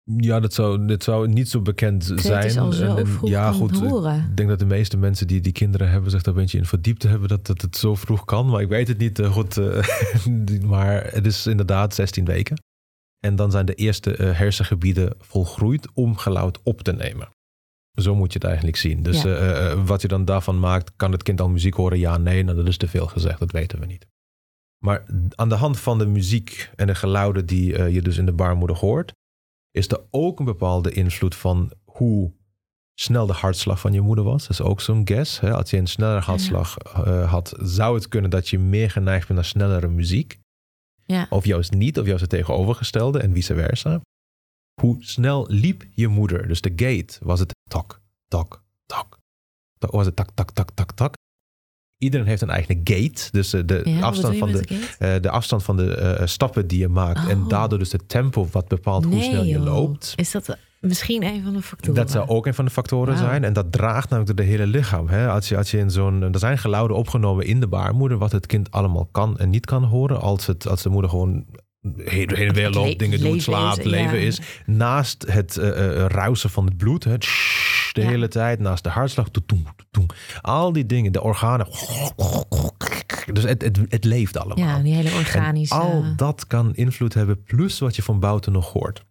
Ja, dat zou, dat zou niet zo bekend Kijk, zijn. Het is al zo en, vroeg ja, kan goed, horen. Ik denk dat de meeste mensen die die kinderen hebben zich daar een beetje in verdiept hebben dat, dat het zo vroeg kan. Maar ik weet het niet uh, goed. Uh, maar het is inderdaad zestien weken. En dan zijn de eerste uh, hersengebieden volgroeid om geluid op te nemen. Zo moet je het eigenlijk zien. Dus ja. uh, wat je dan daarvan maakt, kan het kind al muziek horen? Ja, nee, nou, dat is te veel gezegd. Dat weten we niet. Maar aan de hand van de muziek en de geluiden die uh, je dus in de baarmoeder hoort, is er ook een bepaalde invloed van hoe snel de hartslag van je moeder was. Dat is ook zo'n guess. Hè? Als je een snellere hartslag uh, had, zou het kunnen dat je meer geneigd bent naar snellere muziek. Ja. Of juist niet, of juist het tegenovergestelde en vice versa. Hoe snel liep je moeder? Dus de gait, was het tak, tak, tak. Was het tak, tak, tak, tak, tak. Iedereen heeft een eigen gait. Dus uh, de, ja, afstand van de, uh, de afstand van de uh, stappen die je maakt. Oh. En daardoor dus het tempo wat bepaalt nee, hoe snel je joh. loopt. Is dat misschien een van de factoren? Dat zou ook een van de factoren wow. zijn. En dat draagt namelijk door het hele lichaam. Hè? Als je, als je in zo'n, er zijn geluiden opgenomen in de baarmoeder wat het kind allemaal kan en niet kan horen. Als, het, als de moeder gewoon heen en weer loopt, dingen doet, slaapt, leven ja. is. Naast het uh, uh, ruisen van het bloed. Het shh, de ja. hele tijd. Naast de hartslag. Toetoem, toetoem. Al die dingen, de organen. Dus het, het, het leeft allemaal. Ja, die hele organische. En al dat kan invloed hebben. Plus wat je van buiten nog hoort.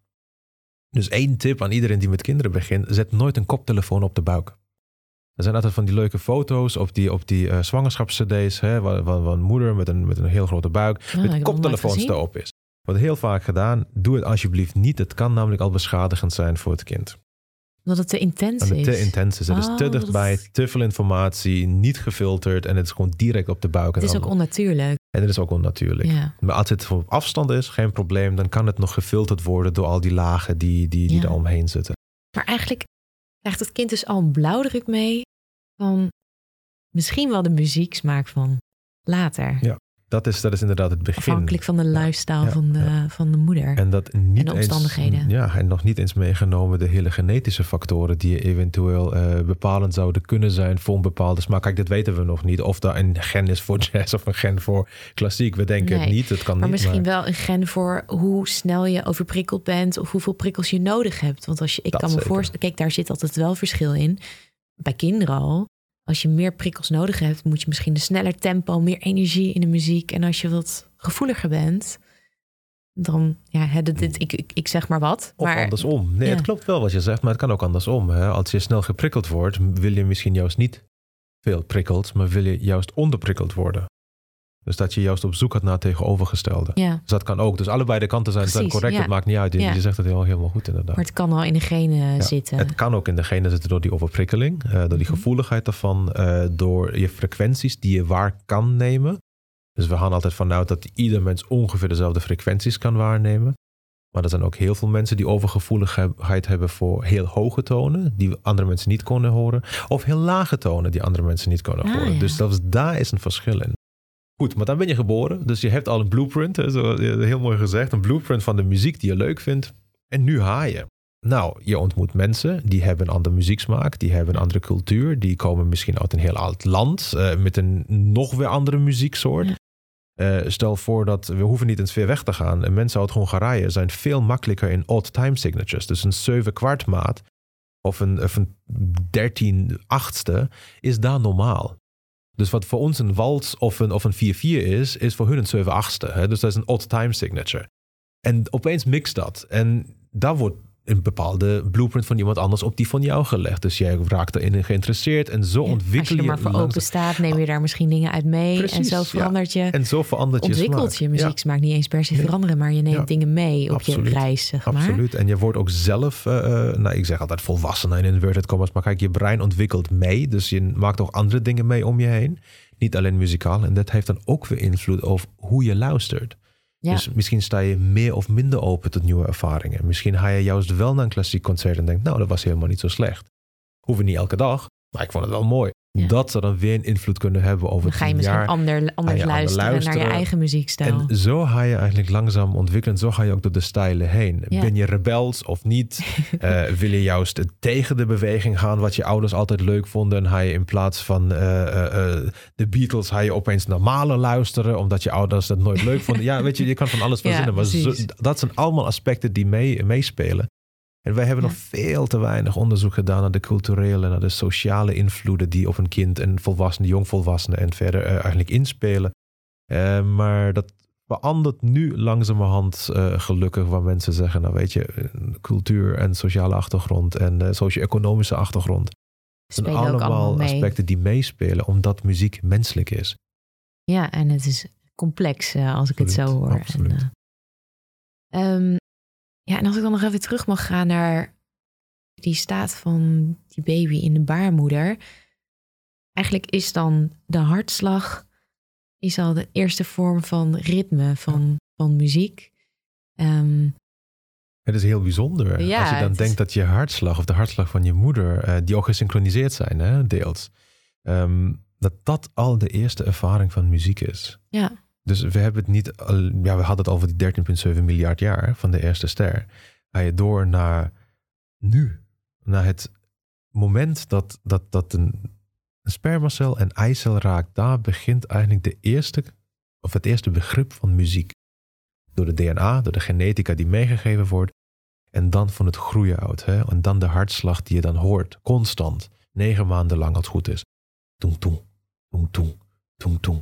Dus één tip aan iedereen die met kinderen begint. Zet nooit een koptelefoon op de buik. Er zijn altijd van die leuke foto's op die, op die uh, zwangerschapscd's. Van, van een moeder met een, met een heel grote buik. Oh, met koptelefoons erop is. Wordt heel vaak gedaan. Doe het alsjeblieft niet. Het kan namelijk al beschadigend zijn voor het kind. Omdat het te intens is. Het te intens is. Het oh, is te dichtbij, is... te veel informatie, niet gefilterd. En het is gewoon direct op de buik. Het is ook onnatuurlijk. En het is ook onnatuurlijk. Ja. Maar als het op afstand is, geen probleem. Dan kan het nog gefilterd worden door al die lagen die, die, die ja. er omheen zitten. Maar eigenlijk krijgt het kind dus al een blauwdruk mee van misschien wel de muzieksmaak van later. Ja. Dat is, dat is inderdaad het begin. Afhankelijk van de lifestyle ja, van, de, ja. van de moeder. En, dat niet en de omstandigheden. Eens, ja, en nog niet eens meegenomen de hele genetische factoren die eventueel uh, bepalend zouden kunnen zijn voor een bepaalde smaak. Kijk, dat weten we nog niet. Of daar een gen is voor jazz of een gen voor klassiek. We denken nee, het niet. Het kan maar niet, misschien maar... wel een gen voor hoe snel je overprikkeld bent of hoeveel prikkels je nodig hebt. Want als je, ik dat kan me voorstellen, kijk, daar zit altijd wel verschil in. Bij kinderen al. Als je meer prikkels nodig hebt, moet je misschien een sneller tempo, meer energie in de muziek. En als je wat gevoeliger bent, dan, ja, dit, dit, ik, ik, ik zeg maar wat. Of maar, andersom. Nee, ja. Het klopt wel wat je zegt, maar het kan ook andersom. Hè? Als je snel geprikkeld wordt, wil je misschien juist niet veel prikkels, maar wil je juist onderprikkeld worden. Dus dat je juist op zoek gaat naar het tegenovergestelde. Ja. Dus dat kan ook. Dus allebei de kanten zijn, zijn correct. Ja. Het maakt niet uit. Je, ja. je zegt het heel, helemaal goed inderdaad. Maar het kan al in de genen ja. zitten. Het kan ook in de genen zitten door die overprikkeling. Uh, door die mm-hmm. gevoeligheid daarvan. Uh, door je frequenties die je waar kan nemen. Dus we gaan altijd vanuit dat ieder mens ongeveer dezelfde frequenties kan waarnemen. Maar er zijn ook heel veel mensen die overgevoeligheid hebben voor heel hoge tonen. Die andere mensen niet kunnen horen. Of heel lage tonen die andere mensen niet kunnen ah, horen. Ja. Dus zelfs daar is een verschil in. Goed, maar dan ben je geboren. Dus je hebt al een blueprint. Hè, zo, heel mooi gezegd. Een blueprint van de muziek die je leuk vindt. En nu ga je. Nou, je ontmoet mensen. Die hebben een andere muzieksmaak. Die hebben een andere cultuur. Die komen misschien uit een heel oud land. Uh, met een nog weer andere muzieksoort. Ja. Uh, stel voor dat we hoeven niet eens ver weg te gaan. En mensen uit Hongarije zijn veel makkelijker in odd time signatures. Dus een zeven kwart maat. Of een, of een dertien achtste. Is daar normaal. Dus wat voor ons een wals of een, of een vier vier is, is voor hun een zeven achtste. Hè? Dus dat is een odd time signature. En opeens mixt dat. En daar wordt een bepaalde blueprint van iemand anders op die van jou gelegd. Dus jij raakt erin geïnteresseerd en zo ja, ontwikkel je... Als je er maar voor open staat, neem je daar misschien dingen uit mee. Precies, en zo verandert je... Ja. En zo verandert je ontwikkelt smaak. je muzieksmaak. Ja. Niet eens per se veranderen, maar je neemt ja. dingen mee op absoluut. Je reis, zeg maar. Absoluut. En je wordt ook zelf, uh, nou ik zeg altijd volwassenen in inverted commas, maar kijk, je brein ontwikkelt mee. Dus je maakt ook andere dingen mee om je heen. Niet alleen muzikaal. En dat heeft dan ook weer invloed over hoe je luistert. Ja. Dus misschien sta je meer of minder open tot nieuwe ervaringen. Misschien ga je juist wel naar een klassiek concert en denkt, nou, dat was helemaal niet zo slecht. Hoeven niet elke dag, maar ik vond het wel mooi. Ja. Dat zou dan weer een invloed kunnen hebben over dan ga je misschien jaar. Ander, anders luisteren, luisteren naar je eigen muziekstijl. En zo ga je eigenlijk langzaam ontwikkelen. Zo ga je ook door de stijlen heen. Ja. Ben je rebels of niet? uh, wil je juist tegen de beweging gaan, wat je ouders altijd leuk vonden? En ga je in plaats van uh, uh, de Beatles, ga je opeens normale luisteren, omdat je ouders dat nooit leuk vonden. Ja, weet je, je kan van alles verzinnen. Ja, maar zo, dat zijn allemaal aspecten die mee, meespelen. En wij hebben Ja. nog veel te weinig onderzoek gedaan naar de culturele, naar de sociale invloeden die op een kind en volwassene, jongvolwassenen en verder uh, eigenlijk inspelen. Uh, maar dat verandert nu langzamerhand uh, gelukkig, waar mensen zeggen, nou weet je, cultuur en sociale achtergrond en uh, socio-economische achtergrond. Het zijn allemaal, allemaal aspecten die meespelen, omdat muziek menselijk is. Ja, en het is complex uh, als ik absoluut, het zo hoor. Absoluut. En, uh, um, ja, en als ik dan nog even terug mag gaan naar die staat van die baby in de baarmoeder. Eigenlijk is dan de hartslag is al de eerste vorm van ritme van, van muziek. Um, Het is heel bijzonder. Ja, als je dan denkt is... dat je hartslag of de hartslag van je moeder, uh, die ook gesynchroniseerd zijn, hè, deels. Um, dat dat al de eerste ervaring van muziek is. Ja. Dus we hebben het niet, al, ja, we hadden het over die dertien komma zeven miljard jaar van de eerste ster. Ga je door naar nu, naar het moment dat, dat, dat een, een spermacel een eicel raakt. Daar begint eigenlijk de eerste, of het eerste begrip van muziek. Door de D N A, door de genetica die meegegeven wordt. En dan van het groeien uit. Hè? En dan de hartslag die je dan hoort, constant. Negen maanden lang als het goed is. Toeng, toeng, toeng, toeng, toeng, toeng.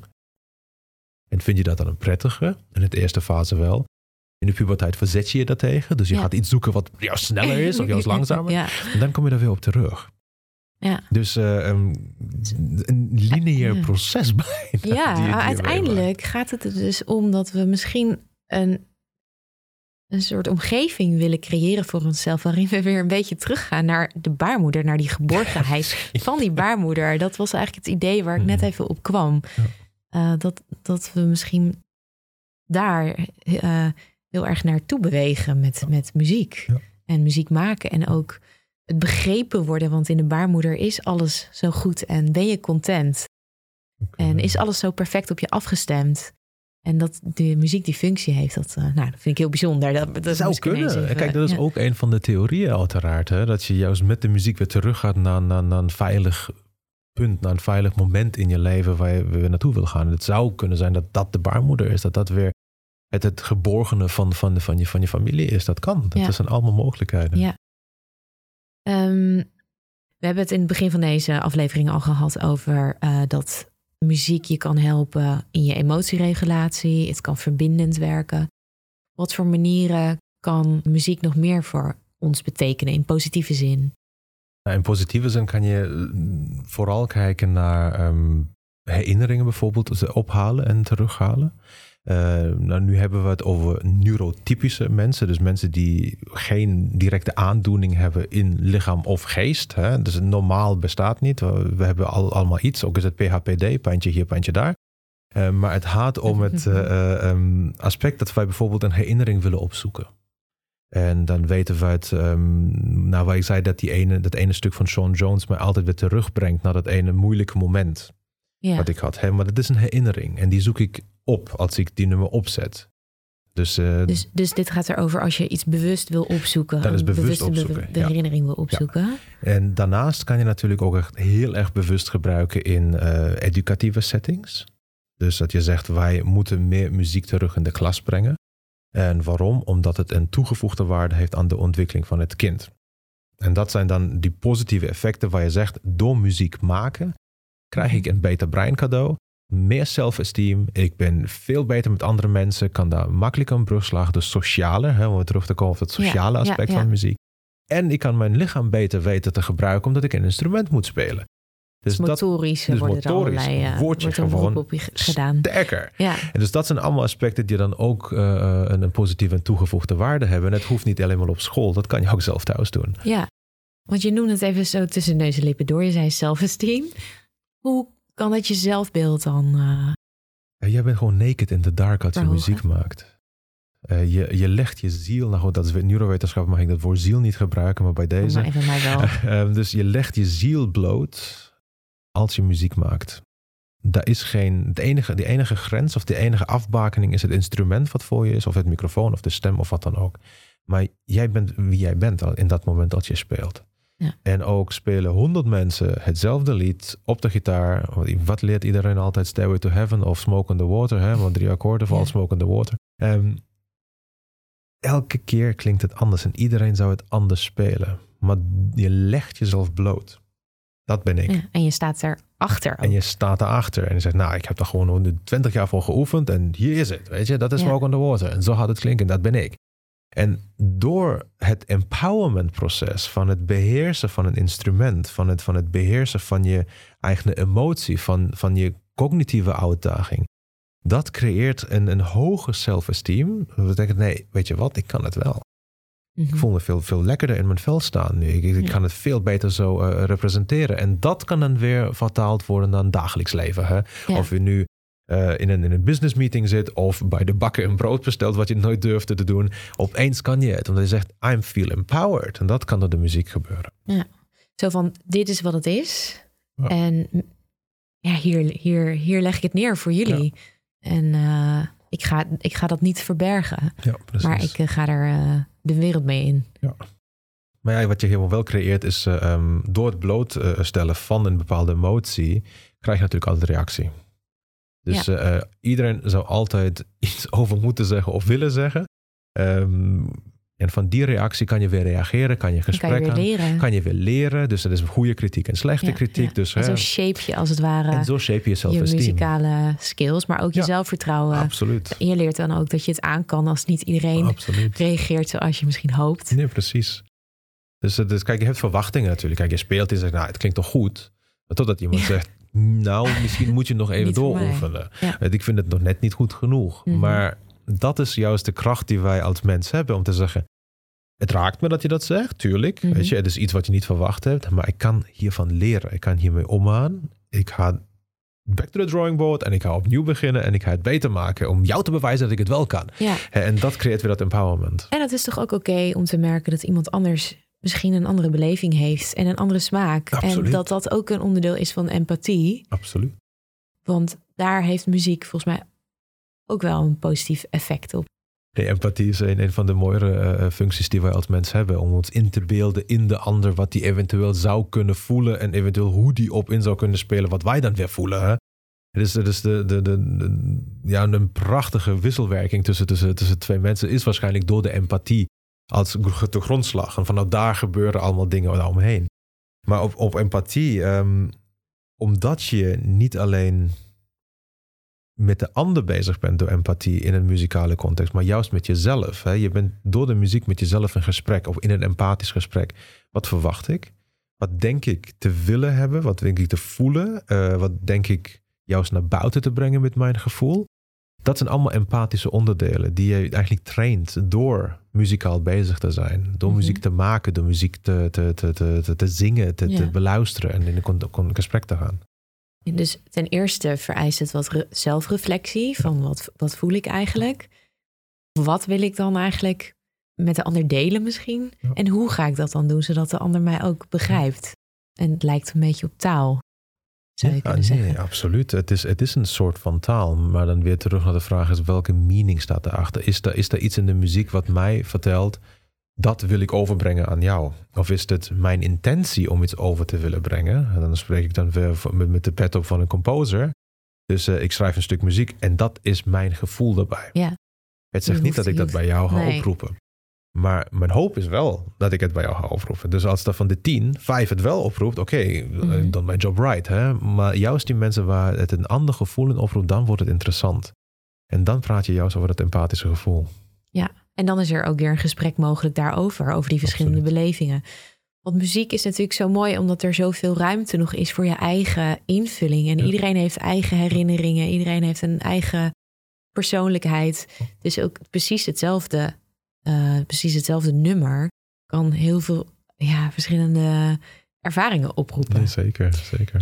En vind je dat dan een prettige? In de eerste fase wel. In de puberteit verzet je je daartegen. Dus je ja. gaat iets zoeken wat jou sneller is of juist langzamer. Ja. En dan kom je er weer op terug. Ja. Dus uh, een, een lineair ja. proces bijna. Ja, die, die uiteindelijk gaat het er dus om dat we misschien een, een soort omgeving willen creëren voor onszelf, waarin we weer een beetje teruggaan naar de baarmoeder, naar die geborgenheid van die baarmoeder. Dat was eigenlijk het idee waar ik net even op kwam. Ja. Uh, dat, dat we misschien daar uh, heel erg naartoe bewegen met, ja. met muziek. Ja. En muziek maken en ook het begrepen worden. Want in de baarmoeder is alles zo goed en ben je content. Okay. En is alles zo perfect op je afgestemd. En dat de muziek die functie heeft, dat, uh, nou, dat vind ik heel bijzonder. Dat, dat, dat zou kunnen. Even, Kijk, dat is ja. ook een van de theorieën uiteraard. Hè? Dat je juist met de muziek weer teruggaat naar, naar, naar een veilig punt, naar een veilig moment in je leven waar je weer naartoe wil gaan. En het zou kunnen zijn dat dat de baarmoeder is. Dat dat weer het, het geborgene van, van, de, van, je, van je familie is. Dat kan. Dat ja. zijn allemaal mogelijkheden. Ja. Um, we hebben het in het begin van deze aflevering al gehad over uh, dat muziek je kan helpen in je emotieregulatie. Het kan verbindend werken. Wat voor manieren kan muziek nog meer voor ons betekenen in positieve zin? In positieve zin kan je vooral kijken naar um, herinneringen bijvoorbeeld ophalen en terughalen. Uh, nou, nu hebben we het over neurotypische mensen. Dus mensen die geen directe aandoening hebben in lichaam of geest. Hè? Dus normaal bestaat niet. We, we hebben al, allemaal iets. Ook is het P H P D, pijntje hier, pijntje daar. Uh, maar het gaat om het uh, um, aspect dat wij bijvoorbeeld een herinnering willen opzoeken. En dan weten we het, um, nou waar ik zei dat die ene, dat ene stuk van Sean Jones mij altijd weer terugbrengt naar dat ene moeilijke moment ja. wat ik had. Hè? Maar dat is een herinnering en die zoek ik op als ik die nummer opzet. Dus, uh, dus, dus dit gaat erover als je iets bewust wil opzoeken. Dat is bewust een opzoeken. Be- de herinnering ja. wil opzoeken. Ja. En daarnaast kan je natuurlijk ook echt heel erg bewust gebruiken in uh, educatieve settings. Dus dat je zegt wij moeten meer muziek terug in de klas brengen. En waarom? Omdat het een toegevoegde waarde heeft aan de ontwikkeling van het kind. En dat zijn dan die positieve effecten waar je zegt, door muziek maken krijg ik een beter brein cadeau, meer self-esteem, ik ben veel beter met andere mensen, kan daar makkelijker een brug slagen, dus socialer, hè, om terug te komen op het sociale ja, aspect ja, ja. van muziek. En ik kan mijn lichaam beter weten te gebruiken, omdat ik een instrument moet spelen. Dus, dus motorisch dat, dus worden er motorisch allerlei, uh, word je wordt gewoon op je gedaan. Sterker. Ja. En dus dat zijn allemaal aspecten die dan ook uh, een, een positieve en toegevoegde waarde hebben. En het hoeft niet alleen maar op school. Dat kan je ook zelf thuis doen. Ja, want je noemde het even zo tussen neus en lippen door. Je zei self-esteem. Hoe kan dat je zelfbeeld dan... Uh, ja, jij bent gewoon naked in the dark als verhogen. Je muziek maakt. Uh, je, je legt je ziel, nou goed, dat is neurowetenschap, mag ik dat woord ziel niet gebruiken, maar bij deze. Maar even mij wel. uh, dus je legt je ziel bloot als je muziek maakt. Daar is geen, de enige, de enige grens of de enige afbakening is het instrument wat voor je is, of het microfoon of de stem of wat dan ook. Maar jij bent wie jij bent in dat moment dat je speelt. Ja. En ook spelen honderd mensen hetzelfde lied op de gitaar. Wat leert iedereen altijd? Stairway to Heaven of Smoke on the Water. Hè? Want drie akkoorden voor ja. Smoke on the Water. Um, elke keer klinkt het anders en iedereen zou het anders spelen. Maar je legt jezelf bloot. Dat ben ik. Ja, en je staat erachter ook. En je staat erachter en je zegt, nou, ik heb daar gewoon twintig jaar voor geoefend en hier is het, weet je. Dat is Walk on the Water. En zo gaat het klinken, dat ben ik. En door het empowerment proces van het beheersen van een instrument, van het, van het beheersen van je eigen emotie, van, van je cognitieve uitdaging, dat creëert een, een hoger self-esteem. Dat betekent, nee, weet je wat, ik kan het wel. Mm-hmm. Ik voel me veel, veel lekkerder in mijn vel staan. Ik, ik ja. kan het veel beter zo uh, representeren. En dat kan dan weer vertaald worden naar een dagelijks leven. Hè? Ja. Of je nu uh, in, een, in een business meeting zit of bij de bakker een brood bestelt wat je nooit durfde te doen. Opeens kan je het, omdat je zegt, I'm feel empowered. En dat kan door de muziek gebeuren. Ja. Zo van, dit is wat het is. Ja. En ja, hier, hier, hier leg ik het neer voor jullie. Ja. En uh, ik, ga, ik ga dat niet verbergen. Ja, maar ik uh, ga er uh, de wereld mee in. Ja. Maar ja, wat je helemaal wel creëert is uh, um, door het blootstellen van een bepaalde emotie krijg je natuurlijk altijd reactie. Dus ja. uh, iedereen zou altijd iets over moeten zeggen of willen zeggen. Um, en van die reactie kan je weer reageren, kan je gesprek kan je weer aan, leren. Kan je weer leren. Dus dat is goede kritiek en slechte ja, kritiek. Ja. Dus, en zo shape je als het ware en zo shape je, je muzikale skills, maar ook je ja, zelfvertrouwen. Absoluut. En je leert dan ook dat je het aan kan als niet iedereen absoluut. reageert zoals je misschien hoopt. Nee, precies. Dus, dus kijk, je hebt verwachtingen natuurlijk. Kijk, je speelt en zegt, nou, het klinkt toch goed? Totdat iemand ja. zegt, nou, misschien moet je nog even dooroefenen. Ja. Ik vind het nog net niet goed genoeg. Mm-hmm. Maar dat is juist de kracht die wij als mens hebben om te zeggen, het raakt me dat je dat zegt, tuurlijk. Mm-hmm. Weet je, het is iets wat je niet verwacht hebt, maar ik kan hiervan leren. Ik kan hiermee omgaan. Ik ga back to the drawing board en ik ga opnieuw beginnen en ik ga het beter maken om jou te bewijzen dat ik het wel kan. Ja. En dat creëert weer dat empowerment. En het is toch ook oké okay om te merken dat iemand anders misschien een andere beleving heeft en een andere smaak. Absoluut. En dat dat ook een onderdeel is van empathie. Absoluut. Want daar heeft muziek volgens mij ook wel een positief effect op. De empathie is een, een van de mooiere uh, functies die wij als mens hebben. Om ons in te beelden in de ander wat die eventueel zou kunnen voelen. En eventueel hoe die op in zou kunnen spelen wat wij dan weer voelen. Hè? Het is, het is de, de, de, de, ja, een prachtige wisselwerking tussen, tussen, tussen twee mensen. Is waarschijnlijk door de empathie als de grondslag. En vanuit daar gebeuren allemaal dingen omheen. Maar op, op empathie, um, omdat je niet alleen met de ander bezig bent door empathie in een muzikale context, maar juist met jezelf. Hè? Je bent door de muziek met jezelf in gesprek of in een empathisch gesprek. Wat verwacht ik? Wat denk ik te willen hebben? Wat denk ik te voelen? Uh, wat denk ik juist naar buiten te brengen met mijn gevoel? Dat zijn allemaal empathische onderdelen die je eigenlijk traint door muzikaal bezig te zijn. Door mm-hmm. muziek te maken, door muziek te, te, te, te, te zingen, te, ja. te beluisteren en in een, een gesprek te gaan. Dus ten eerste vereist het wat re- zelfreflectie van wat, wat voel ik eigenlijk? Wat wil ik dan eigenlijk met de ander delen misschien? Ja. En hoe ga ik dat dan doen zodat de ander mij ook begrijpt? En het lijkt een beetje op taal, zou je ja, kunnen nee, zeggen. Absoluut. Het is, het is een soort van taal. Maar dan weer terug naar de vraag is welke meaning staat erachter? Is er, is er iets in de muziek wat mij vertelt, dat wil ik overbrengen aan jou? Of is het mijn intentie om iets over te willen brengen? En dan spreek ik dan weer met, met de pet op van een composer. Dus uh, ik schrijf een stuk muziek en dat is mijn gevoel daarbij. Ja. Het zegt niet dat ik dat bij jou ga nee. oproepen. Maar mijn hoop is wel dat ik het bij jou ga oproepen. Dus als er van de tien, vijf het wel oproept, oké, okay, mm-hmm. dan mijn job right. Hè? Maar juist die mensen waar het een ander gevoel in oproept, dan wordt het interessant. En dan praat je juist over het empathische gevoel. Ja. En dan is er ook weer een gesprek mogelijk daarover, over die verschillende Absoluut. belevingen. Want muziek is natuurlijk zo mooi, omdat er zoveel ruimte nog is voor je eigen invulling. En ja. iedereen heeft eigen herinneringen, iedereen heeft een eigen persoonlijkheid. Dus ook precies hetzelfde, uh, precies hetzelfde nummer kan heel veel ja, verschillende ervaringen oproepen. Nee, zeker, zeker.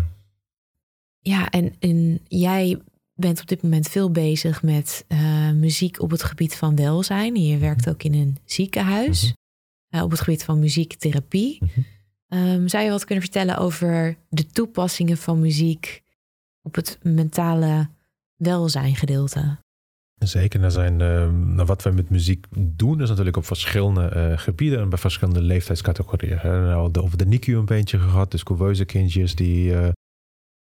Ja, en, en jij bent op dit moment veel bezig met uh, muziek op het gebied van welzijn. Je werkt ook in een ziekenhuis mm-hmm. uh, op het gebied van muziektherapie. Mm-hmm. Um, zou je wat kunnen vertellen over de toepassingen van muziek op het mentale welzijn gedeelte? Zeker. Er zijn, uh, nou, wat wij met muziek doen is natuurlijk op verschillende uh, gebieden en bij verschillende leeftijdscategorieën. We hebben nou over de N I C U een beetje gehad, dus couveuse kindjes die uh,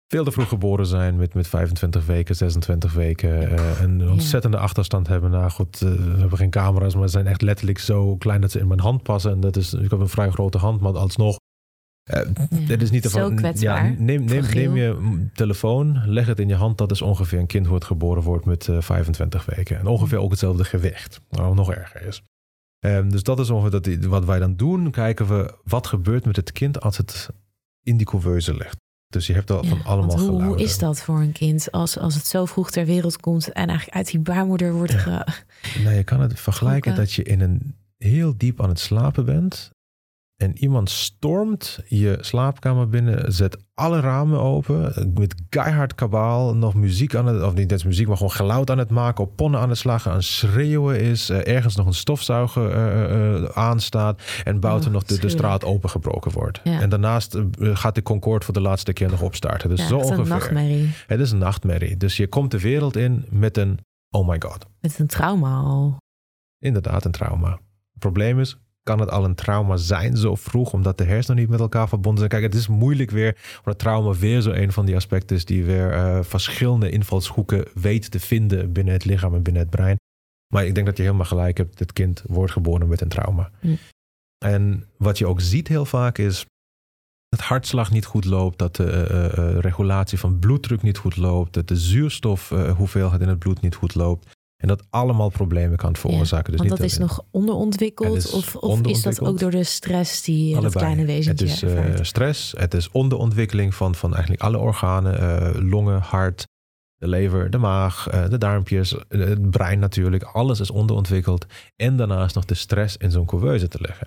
veel te vroeg geboren zijn met, met vijfentwintig weken, zesentwintig weken. Uh, een ontzettende ja. achterstand hebben. Nou goed, uh, we hebben geen camera's, maar ze zijn echt letterlijk zo klein dat ze in mijn hand passen. En dat is, ik heb een vrij grote hand, maar alsnog. Uh, ja, dit is niet zo ervan, kwetsbaar. Ja, neem, neem, neem je telefoon, leg het in je hand. Dat is ongeveer een kind wordt geboren wordt met uh, vijfentwintig weken. En ongeveer ook hetzelfde gewicht. Nou, nog erger is. Um, dus dat is ongeveer dat die, wat wij dan doen. Kijken we wat gebeurt met het kind als het in die couveuse ligt. Dus je hebt al ja, van allemaal hoe, geluiden. Hoe is dat voor een kind als, als het zo vroeg ter wereld komt en eigenlijk uit die baarmoeder wordt ge... Ja. Nou, je kan het vergelijken Gokken. dat je in een heel diep aan het slapen bent. En iemand stormt je slaapkamer binnen, zet alle ramen open, met keihard kabaal, nog muziek aan het, of niet eens muziek, maar gewoon geluid aan het maken, op ponnen aan het slagen, aan het schreeuwen is, uh, ergens nog een stofzuiger uh, uh, aanstaat en buiten oh, nog de, de straat opengebroken wordt. Ja. En daarnaast uh, gaat de Concorde voor de laatste keer nog opstarten. Dus ja, zo ongeveer. Het is een nachtmerrie. Het is een nachtmerrie. Dus je komt de wereld in met een, oh my god. Met een trauma al. Inderdaad, een trauma. Het probleem is, kan het al een trauma zijn zo vroeg, omdat de hersenen niet met elkaar verbonden zijn. Kijk, het is moeilijk weer, omdat trauma weer zo een van die aspecten is die weer uh, verschillende invalshoeken weet te vinden binnen het lichaam en binnen het brein. Maar ik denk dat je helemaal gelijk hebt, het kind wordt geboren met een trauma. Hm. En wat je ook ziet heel vaak is, dat hartslag niet goed loopt, dat de uh, uh, regulatie van bloeddruk niet goed loopt, dat de zuurstof uh, hoeveelheid in het bloed niet goed loopt. En dat allemaal problemen kan veroorzaken. Ja, dus want niet dat is nog onderontwikkeld? Is of, of onderontwikkeld. Is dat ook door de stress die het kleine wezentje Het is uh, stress, het is onderontwikkeling van, van eigenlijk alle organen. Uh, longen, hart, de lever, de maag, uh, de darmpjes, uh, het brein natuurlijk. Alles is onderontwikkeld. En daarnaast nog de stress in zo'n couveuse te leggen.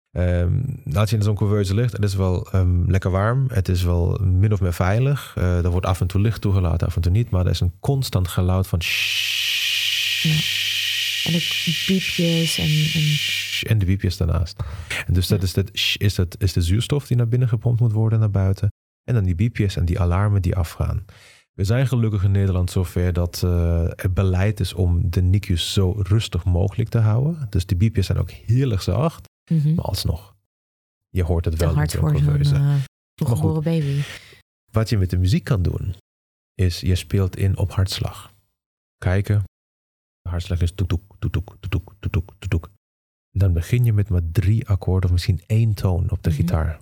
Um, als je in zo'n couveuse ligt, het is wel um, lekker warm. Het is wel min of meer veilig. Uh, er wordt af en toe licht toegelaten, af en toe niet. Maar er is een constant geluid van ja. En de piepjes en, en... en de piepjes daarnaast. En dus dat ja. is, dat, is, dat, is de zuurstof die naar binnen gepompt moet worden naar buiten. En dan die piepjes en die alarmen die afgaan. We zijn gelukkig in Nederland zover dat uh, er beleid is om de N I C U's zo rustig mogelijk te houden. Dus die piepjes zijn ook heel erg zacht. Mm-hmm. Maar alsnog, je hoort het wel. Te hard voor zo'n uh, geboren baby. Wat je met de muziek kan doen, is je speelt in op hartslag. Kijken. De hartslag is toetoek, toetoek, toetoek, toetoek, toetoek. Dan begin je met maar drie akkoorden of misschien één toon op de mm-hmm. gitaar.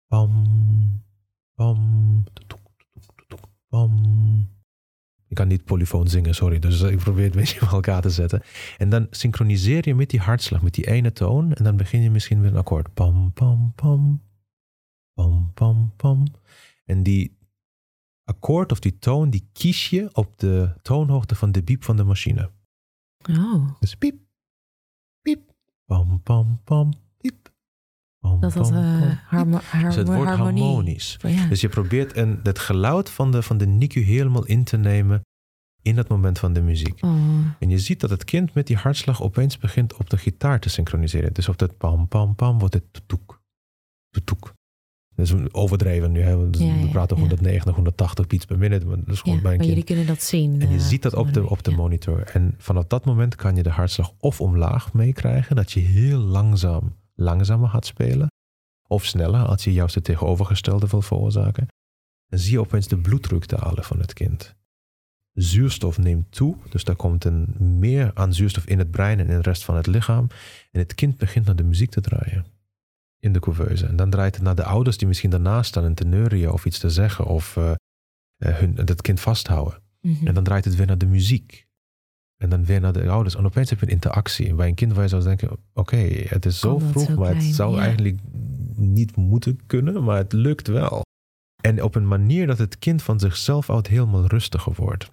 Bam, bam, toetoek, toetoek, toetoek, bam. Ik kan niet polyfoon zingen, sorry. Dus ik probeer het een beetje bij elkaar te zetten. En dan synchroniseer je met die hartslag, met die ene toon. En dan begin je misschien met een akkoord. Pam, pam, pam. Pam, pam, pam. En die akkoord of die toon, die kies je op de toonhoogte van de biep van de machine. Oh. Dus piep, piep, pam, pam, pam, piep. Pam, dat dat uh, harmo- harmo- dus het wordt harmonie. harmonisch. Oh, ja. Dus je probeert een, het geluid van de, van de N I C U helemaal in te nemen in dat moment van de muziek. Oh. En je ziet dat het kind met die hartslag opeens begint op de gitaar te synchroniseren. Dus op dat pam, pam, pam wordt het toetoek, toetoek. Dat is overdreven nu. Hè? Dus ja, we praten ja, honderdnegentig, ja. honderdtachtig beats per minute. Maar, dat is gewoon ja, bij een maar kind. Jullie kunnen dat zien. En je uh, ziet dat op de, op de ja. monitor. En vanaf dat moment kan je de hartslag of omlaag meekrijgen. Dat je heel langzaam, langzamer gaat spelen. Of sneller, als je juist het tegenovergestelde wil veroorzaken. Dan zie je opeens de bloeddruk dalen van het kind. Zuurstof neemt toe. Dus daar komt een meer aan zuurstof in het brein en in de rest van het lichaam. En het kind begint naar de muziek te draaien. In de couveuse. En dan draait het naar de ouders die misschien daarnaast staan en te neurien of iets te zeggen. Of uh, hun, het kind vasthouden. Mm-hmm. En dan draait het weer naar de muziek. En dan weer naar de ouders. En opeens heb je een interactie. En bij een kind waar je zou denken, oké, okay, het is zo vroeg, zo maar klein, het zou ja. eigenlijk niet moeten kunnen, maar het lukt wel. En op een manier dat het kind van zichzelf uit helemaal rustiger wordt.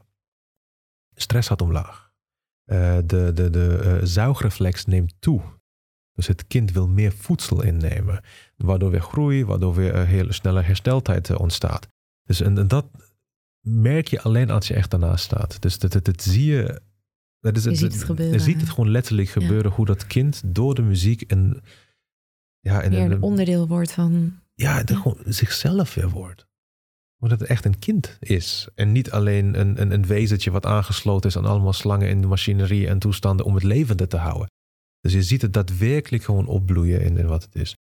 Stress gaat omlaag. Uh, de de, de uh, zuigreflex neemt toe. Dus het kind wil meer voedsel innemen. Waardoor weer groei, waardoor weer een hele snelle hersteltijd uh, ontstaat. Dus en, en dat merk je alleen als je echt daarnaast staat. Dus dat, dat, dat zie je... Dat is, je het, ziet het gebeuren. Je ziet het gewoon letterlijk gebeuren. Ja. Hoe dat kind door de muziek... En, ja, en, weer een en, onderdeel wordt van... Ja, het ja. gewoon zichzelf weer wordt. Omdat het echt een kind is. En niet alleen een, een, een wezentje wat aangesloten is aan allemaal slangen in de machinerie en toestanden om het levende te houden. Dus je ziet het daadwerkelijk gewoon opbloeien in, in wat het is.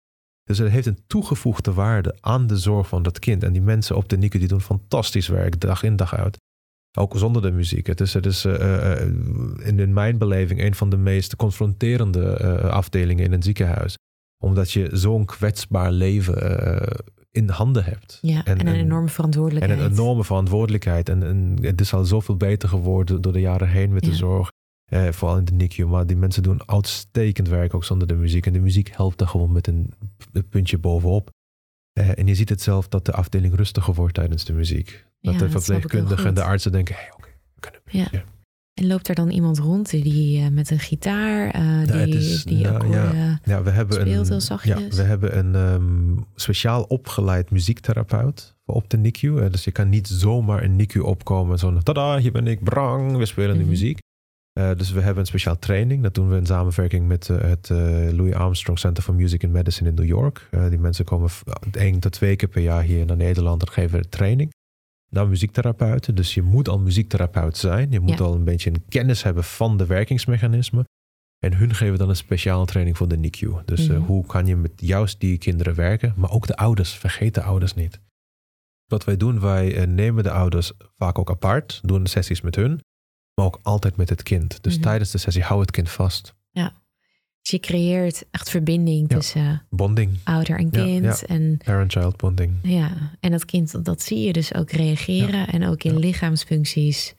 Dus het heeft een toegevoegde waarde aan de zorg van dat kind. En die mensen op de N I C U die doen fantastisch werk, dag in dag uit. Ook zonder de muziek. Het is, het is uh, in, in mijn beleving een van de meest confronterende uh, afdelingen in een ziekenhuis. Omdat je zo'n kwetsbaar leven uh, in handen hebt. Ja, en, en een enorme verantwoordelijkheid. En een enorme verantwoordelijkheid. En, en het is al zoveel beter geworden door de jaren heen met ja. de zorg. Eh, vooral in de N I C U. Maar die mensen doen uitstekend werk ook zonder de muziek. En de muziek helpt er gewoon met een, een puntje bovenop. Eh, en je ziet het zelf dat de afdeling rustiger wordt tijdens de muziek. Dat ja, de verpleegkundigen en de artsen denken, hé, hey, oké, okay, we kunnen ja. ja. En loopt er dan iemand rond die uh, met een gitaar, uh, die, nou, is, die nou, akkoorden ja. ja, we hebben speelt een, heel zachtjes? Ja, we hebben een um, speciaal opgeleid muziektherapeut op de N I C U. Uh, dus je kan niet zomaar een N I C U opkomen. Zo'n, tada, hier ben ik, brang, we spelen mm-hmm. de muziek. Uh, dus we hebben een speciaal training. Dat doen we in samenwerking met uh, het uh, Louis Armstrong Center for Music and Medicine in New York. Uh, die mensen komen één tot twee keer per jaar hier naar Nederland en geven we training. Nou, muziektherapeuten. Dus je moet al muziektherapeut zijn. Je moet ja. al een beetje een kennis hebben van de werkingsmechanismen. En hun geven dan een speciale training voor de N I C U. Dus mm-hmm. uh, hoe kan je met juist die kinderen werken. Maar ook de ouders. Vergeet de ouders niet. Wat wij doen, wij uh, nemen de ouders vaak ook apart. Doen de sessies met hun. Maar ook altijd met het kind. Dus mm-hmm. tijdens de sessie hou het kind vast. Ja. Dus je creëert echt verbinding ja. tussen bonding. ouder en kind. Ja, ja. En, parent-child bonding. Ja, en dat kind, dat zie je dus ook reageren. Ja. En ook in ja. lichaamsfuncties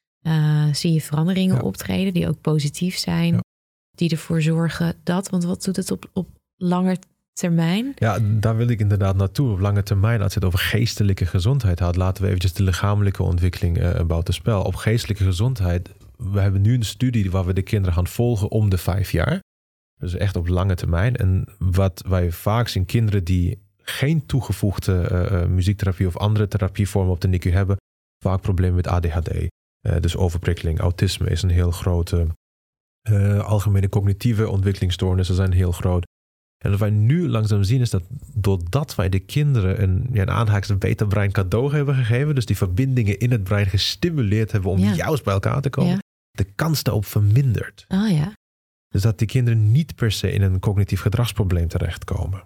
uh, zie je veranderingen ja. optreden die ook positief zijn. Ja. Die ervoor zorgen dat, want wat doet het op, op lange termijn? Ja, daar wil ik inderdaad naartoe. Op lange termijn, als je het over geestelijke gezondheid had, laten we eventjes de lichamelijke ontwikkeling uh, buiten spel. Op geestelijke gezondheid, we hebben nu een studie waar we de kinderen gaan volgen om de vijf jaar. Dus echt op lange termijn. En wat wij vaak zien, kinderen die geen toegevoegde uh, muziektherapie of andere therapievormen op de N I C U hebben, vaak problemen met A D H D. Uh, dus overprikkeling, autisme is een heel grote, uh, algemene cognitieve ontwikkelingsstoornissen zijn heel groot. En wat wij nu langzaam zien is dat doordat wij de kinderen een, ja, een aanhaakse beta-brein cadeau hebben gegeven, dus die verbindingen in het brein gestimuleerd hebben om ja. juist bij elkaar te komen, ja. de kans daarop vermindert. Oh ja. Dus dat die kinderen niet per se in een cognitief gedragsprobleem terechtkomen.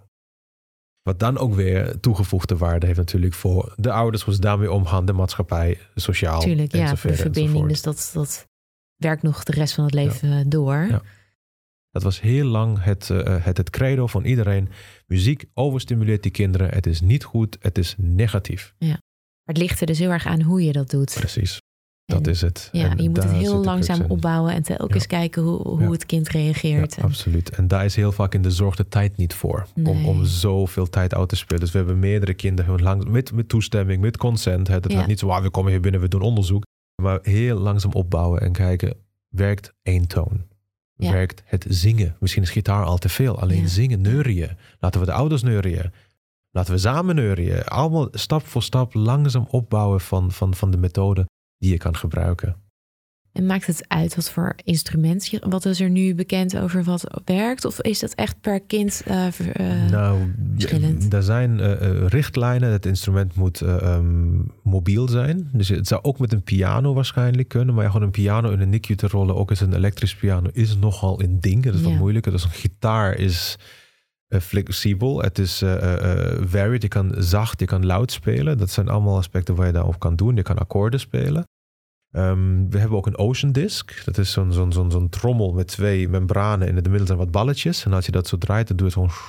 Wat dan ook weer toegevoegde waarde heeft natuurlijk voor de ouders, hoe ze daarmee omgaan, de maatschappij, sociaal. Tuurlijk, ja, voor de verbinding. Dus dat, dat werkt nog de rest van het leven ja. door. Ja. Dat was heel lang het, uh, het, het credo van iedereen. Muziek overstimuleert die kinderen. Het is niet goed, het is negatief. Ja. Maar het ligt er dus heel erg aan hoe je dat doet. Precies. Dat en, is het. Ja, en je moet het heel langzaam opbouwen en telkens ja. kijken hoe, hoe ja. het kind reageert. Ja, absoluut. En daar is heel vaak in de zorg de tijd niet voor. Nee. Om, om zoveel tijd uit te spelen. Dus we hebben meerdere kinderen lang, met, met toestemming, met consent. Het ja. gaat niet zo, ah, we komen hier binnen, we doen onderzoek. Maar heel langzaam opbouwen en kijken, werkt één toon? Ja. Werkt het zingen? Misschien is gitaar al te veel. Alleen ja. zingen, neurieën. Laten we de ouders neurieën. Laten we samen neurieën. Allemaal stap voor stap langzaam opbouwen van, van, van de methode die je kan gebruiken. En maakt het uit wat voor instrument, wat is er nu bekend over wat werkt? Of is dat echt per kind uh, uh, nou, verschillend? Er zijn uh, richtlijnen. Het instrument moet uh, um, mobiel zijn. Dus het zou ook met een piano waarschijnlijk kunnen. Maar ja, gewoon een piano in een N I C U te rollen, ook is een elektrisch piano, is nogal een ding. Dat is wat ja. moeilijker. Dus een gitaar is uh, flexibel. Het is uh, uh, varied. Je kan zacht, je kan luid spelen. Dat zijn allemaal aspecten waar je daarop kan doen. Je kan akkoorden spelen. Um, we hebben ook een Ocean Disc. Dat is zo'n, zo'n, zo'n, zo'n trommel met twee membranen. En in de middel zijn wat balletjes. En als je dat zo draait, dan doe je het gewoon.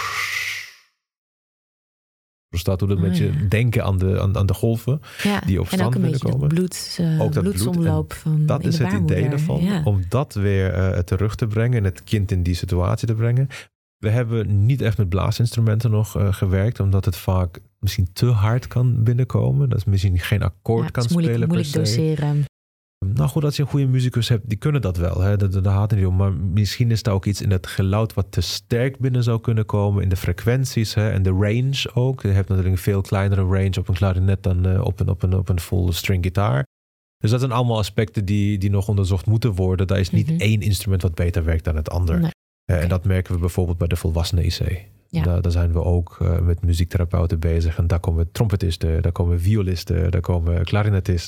Dus dat doet een oh, beetje ja. denken aan de, aan, aan de golven ja, die op stand willen komen. En ook een beetje bloed, uh, ook dat bloedsomloop bloed. van dat is het idee ervan. Ja. Om dat weer uh, terug te brengen. En het kind in die situatie te brengen. We hebben niet echt met blaasinstrumenten nog uh, gewerkt. Omdat het vaak misschien te hard kan binnenkomen. Dat is misschien geen akkoord ja, kan moeilijk, spelen moeilijk per se. Doseren. Nou goed, als je een goede muzikus hebt, die kunnen dat wel. Hè? Dat, dat gaat niet om. Maar misschien is er ook iets in het geluid wat te sterk binnen zou kunnen komen. In de frequenties hè? En de range ook. Je hebt natuurlijk een veel kleinere range op een klarinet dan uh, op, een, op, een, op een full string gitaar. Dus dat zijn allemaal aspecten die, die nog onderzocht moeten worden. Daar is niet mm-hmm. één instrument wat beter werkt dan het ander. Nee. Uh, okay. En dat merken we bijvoorbeeld bij de volwassenen I C. Ja. Daar, daar zijn we ook uh, met muziektherapeuten bezig. En daar komen trompetisten, daar komen violisten, daar komen klarinetisten.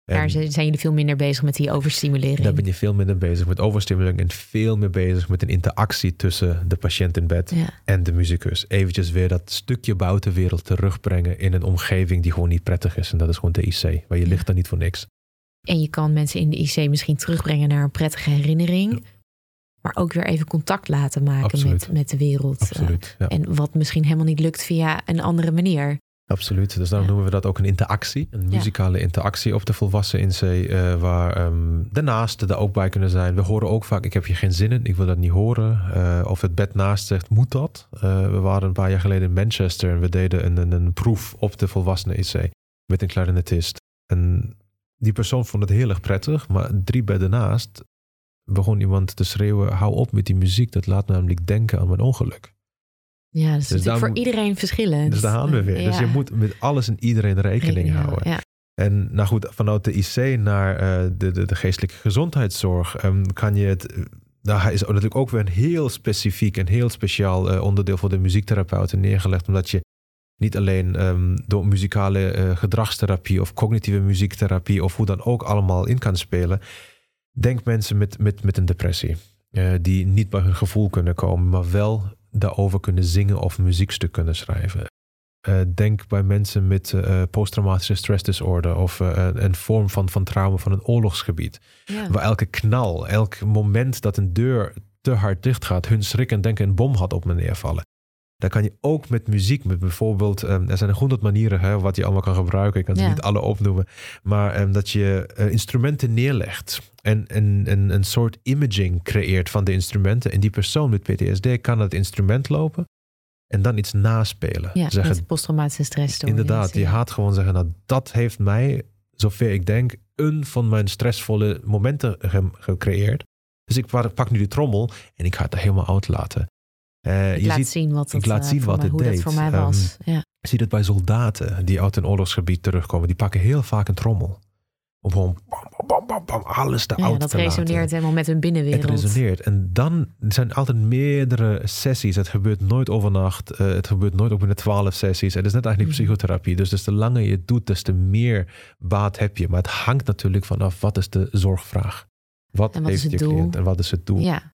Daar zijn jullie veel minder bezig met die overstimulering. Daar ben je veel minder bezig met overstimulering en veel meer bezig met een interactie tussen de patiënt in bed ja. en de muzikus. Eventjes weer dat stukje buitenwereld terugbrengen in een omgeving die gewoon niet prettig is. En dat is gewoon de I C, waar je ja. ligt dan niet voor niks. En je kan mensen in de I C misschien terugbrengen naar een prettige herinnering. Ja. Maar ook weer even contact laten maken met, met de wereld. Absoluut, ja. En wat misschien helemaal niet lukt via een andere manier. Absoluut, dus daarom ja. noemen we dat ook een interactie. Een muzikale ja. interactie op de volwassen in C. Uh, waar um, de naasten er ook bij kunnen zijn. We horen ook vaak, ik heb hier geen zin in, ik wil dat niet horen. Uh, of het bed naast zegt, moet dat? Uh, we waren een paar jaar geleden in Manchester en we deden een, een, een proef op de volwassenen I C. Met een clarinetist. En die persoon vond het heel erg prettig, maar drie bedden naast begon iemand te schreeuwen, hou op met die muziek, dat laat namelijk denken aan mijn ongeluk. Ja, dat is dus voor iedereen verschillend. Dus daar gaan we weer. Ja. Dus je moet met alles en iedereen rekening, rekening houden. Ja. En nou goed, vanuit de I C naar uh, de, de, de geestelijke gezondheidszorg um, kan je het. Daar is natuurlijk ook weer een heel specifiek en heel speciaal uh, onderdeel voor de muziektherapeuten neergelegd, omdat je niet alleen um, door muzikale uh, gedragstherapie of cognitieve muziektherapie of hoe dan ook allemaal in kan spelen. Denk mensen met, met, met een depressie, uh, die niet bij hun gevoel kunnen komen, maar wel daarover kunnen zingen of muziekstuk kunnen schrijven. Uh, denk bij mensen met uh, posttraumatische stress disorder of uh, een vorm van, van trauma van een oorlogsgebied. Ja. Waar elke knal, elk moment dat een deur te hard dicht gaat, hun schrik en denken een bom had op me neervallen. Daar kan je ook met muziek, met bijvoorbeeld, um, er zijn honderd manieren hè, wat je allemaal kan gebruiken. Ik kan ze ja. niet alle opnoemen. Maar um, dat je uh, instrumenten neerlegt en, en, en een soort imaging creëert van de instrumenten. En die persoon met P T S D kan het instrument lopen en dan iets naspelen. Ja, zeggen, met posttraumatische stress. Inderdaad, je gaat gewoon zeggen, nou dat heeft mij, zover ik denk, een van mijn stressvolle momenten ge- gecreëerd. Dus ik pak nu die trommel en ik ga het er helemaal uitlaten. Uh, ik je laat ziet, zien wat het, ik laat zien uh, wat mij, het hoe deed. dat voor mij was. Um, ja. Je ziet het bij soldaten die uit een oorlogsgebied terugkomen. Die pakken heel vaak een trommel. Om gewoon bam, bam, bam, bam, alles eruit ja, te laten. Dat resoneert helemaal met hun binnenwereld. Het resoneert. En dan zijn altijd meerdere sessies. Het gebeurt nooit overnacht. Uh, het gebeurt nooit ook binnen twaalf sessies. Het is net eigenlijk mm-hmm. psychotherapie. Dus des te langer je het doet, des te meer baat heb je. Maar het hangt natuurlijk vanaf wat is de zorgvraag. Wat, wat heeft je doel? cliënt en wat is het doel? Ja.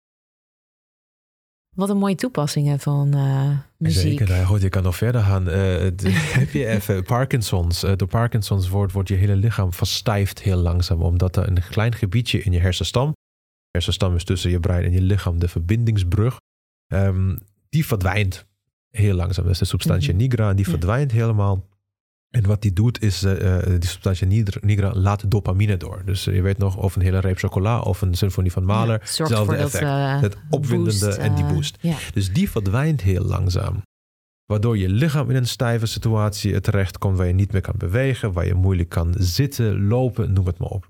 Wat een mooie toepassingen van uh, muziek. Zeker, nou goed, je kan nog verder gaan. Uh, heb je even Parkinson's. Uh, door Parkinson's wordt, wordt je hele lichaam verstijft heel langzaam. Omdat er een klein gebiedje in je hersenstam. Hersenstam is tussen je brein en je lichaam de verbindingsbrug. Um, die verdwijnt heel langzaam. Dat is de substantia mm-hmm. nigra. En die ja. verdwijnt helemaal. En wat die doet is, uh, die substantia nigra laat dopamine door. Dus uh, je weet nog, of een hele reep chocola of een symfonie van Mahler. Ja, hetzelfde effect. Uh, het opwindende boost, uh, en die boost. Ja. Dus die verdwijnt heel langzaam. Waardoor je lichaam in een stijve situatie terechtkomt waar je niet meer kan bewegen. Waar je moeilijk kan zitten, lopen, noem het maar op.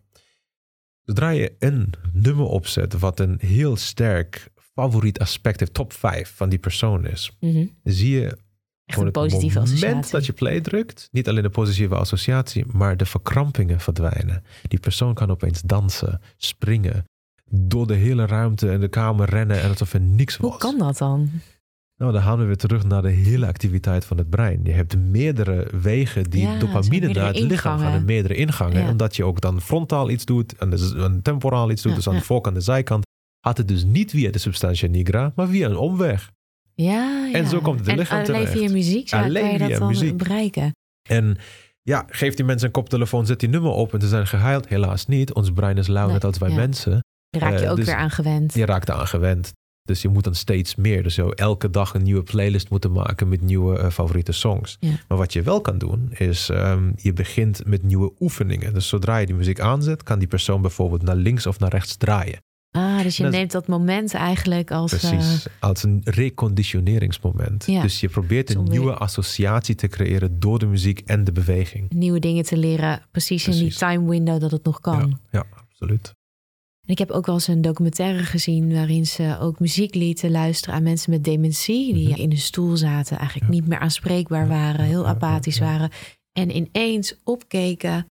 Zodra je een nummer opzet wat een heel sterk favoriet aspect heeft, top vijf van die persoon is. Mm-hmm. Zie je echt een positieve associatie. Op het moment dat je play drukt, niet alleen de positieve associatie, maar de verkrampingen verdwijnen. Die persoon kan opeens dansen, springen, door de hele ruimte en de kamer rennen en alsof er niks was. Hoe kan dat dan? Nou, dan gaan we weer terug naar de hele activiteit van het brein. Je hebt meerdere wegen die ja, dopamine naar het lichaam gaan en meerdere ingangen. Ja. Omdat je ook dan frontaal iets doet en, de, en temporaal iets doet, ja, dus aan ja. de voorkant en de zijkant. Gaat het dus niet via de substantia nigra, maar via een omweg. Ja, ja. En zo komt het de lichaam terecht. En alleen via muziek zou kan je dat dan muziek. bereiken. En ja, geef die mensen een koptelefoon, zet die nummer op en ze zijn geheild. Helaas niet. Ons brein is lauw, nee, net als wij ja. mensen. Je raakt je uh, ook dus weer aan gewend. Je raakt er aan gewend. Dus je moet dan steeds meer. Dus je elke dag een nieuwe playlist moeten maken met nieuwe uh, favoriete songs. Ja. Maar wat je wel kan doen, is um, je begint met nieuwe oefeningen. Dus zodra je die muziek aanzet, kan die persoon bijvoorbeeld naar links of naar rechts draaien. Ah, dus je dat, neemt dat moment eigenlijk als... Precies, uh, als een reconditioneringsmoment. Ja. Dus je probeert een nieuwe associatie te creëren door de muziek en de beweging. Nieuwe dingen te leren, precies, precies. in die time window dat het nog kan. Ja, ja, absoluut. En ik heb ook wel eens een documentaire gezien waarin ze ook muziek lieten luisteren aan mensen met dementie. Die mm-hmm. in een stoel zaten, eigenlijk ja. niet meer aanspreekbaar waren, heel apathisch ja, ja, ja. waren. En ineens opkeken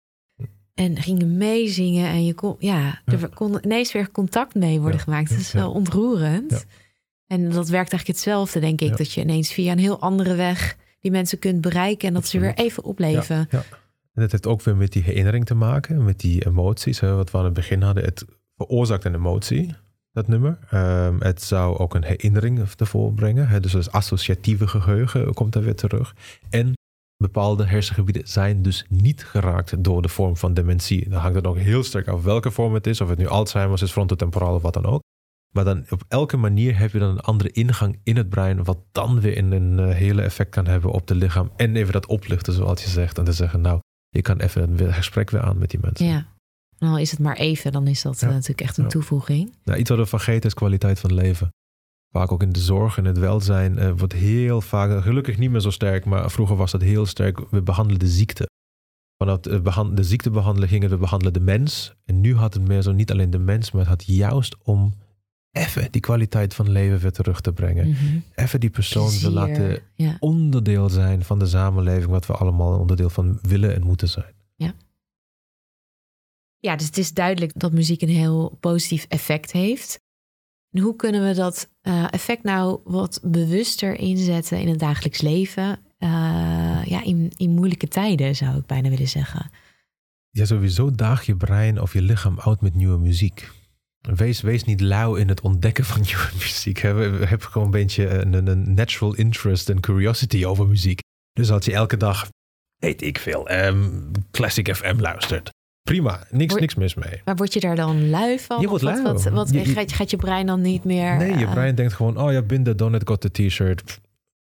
en gingen meezingen. En je kon, ja, er ja. kon ineens weer contact mee worden ja. gemaakt. Dat is wel ja. ontroerend. Ja. En dat werkt eigenlijk hetzelfde, denk ik. Ja. Dat je ineens via een heel andere weg die mensen kunt bereiken. En dat Absoluut. Ze weer even opleven. Ja. Ja. En het heeft ook weer met die herinnering te maken, met die emoties. Hè, wat we aan het begin hadden. Het veroorzaakt een emotie, dat nummer. Um, het zou ook een herinnering ervoor brengen. Hè, dus het associatieve geheugen komt daar weer terug. En bepaalde hersengebieden zijn dus niet geraakt door de vorm van dementie. Dan hangt het ook heel sterk af welke vorm het is. Of het nu Alzheimer's is, frontotemporaal of wat dan ook. Maar dan op elke manier heb je dan een andere ingang in het brein, wat dan weer een, een uh, hele effect kan hebben op het lichaam. En even dat oplichten, zoals je zegt. En te zeggen, nou, je kan even een gesprek weer aan met die mensen. Ja, nou is het maar even, dan is dat ja. natuurlijk echt een ja. toevoeging. Nou, iets wat we vergeten is kwaliteit van leven. Vaak ook in de zorg en het welzijn uh, wordt heel vaak, gelukkig niet meer zo sterk, maar vroeger was dat heel sterk. We behandelen de ziekte. Vanaf de ziekte behandelen gingen we behandelen de mens. En nu had het meer zo niet alleen de mens, maar het had juist om even die kwaliteit van leven weer terug te brengen. Mm-hmm. Even die persoon te laten ja. onderdeel zijn van de samenleving, wat we allemaal onderdeel van willen en moeten zijn. Ja. Ja, dus het is duidelijk dat muziek een heel positief effect heeft. En hoe kunnen we dat uh, effect nou wat bewuster inzetten in het dagelijks leven? Uh, ja, in, in moeilijke tijden zou ik bijna willen zeggen. Ja, sowieso daag je brein of je lichaam uit met nieuwe muziek. Wees, wees niet lauw in het ontdekken van nieuwe muziek. Heb, heb gewoon een beetje een, een natural interest en curiosity over muziek. Dus als je elke dag, weet ik veel, um, Classic F M luistert. Prima, niks, word, niks mis mee. Maar word je daar dan lui van? Je wordt lui. Wat, wat, wat je, gaat, gaat je brein dan niet meer... Nee, je uh, brein denkt gewoon, oh ja, binnen Donut got the t-shirt. Pff.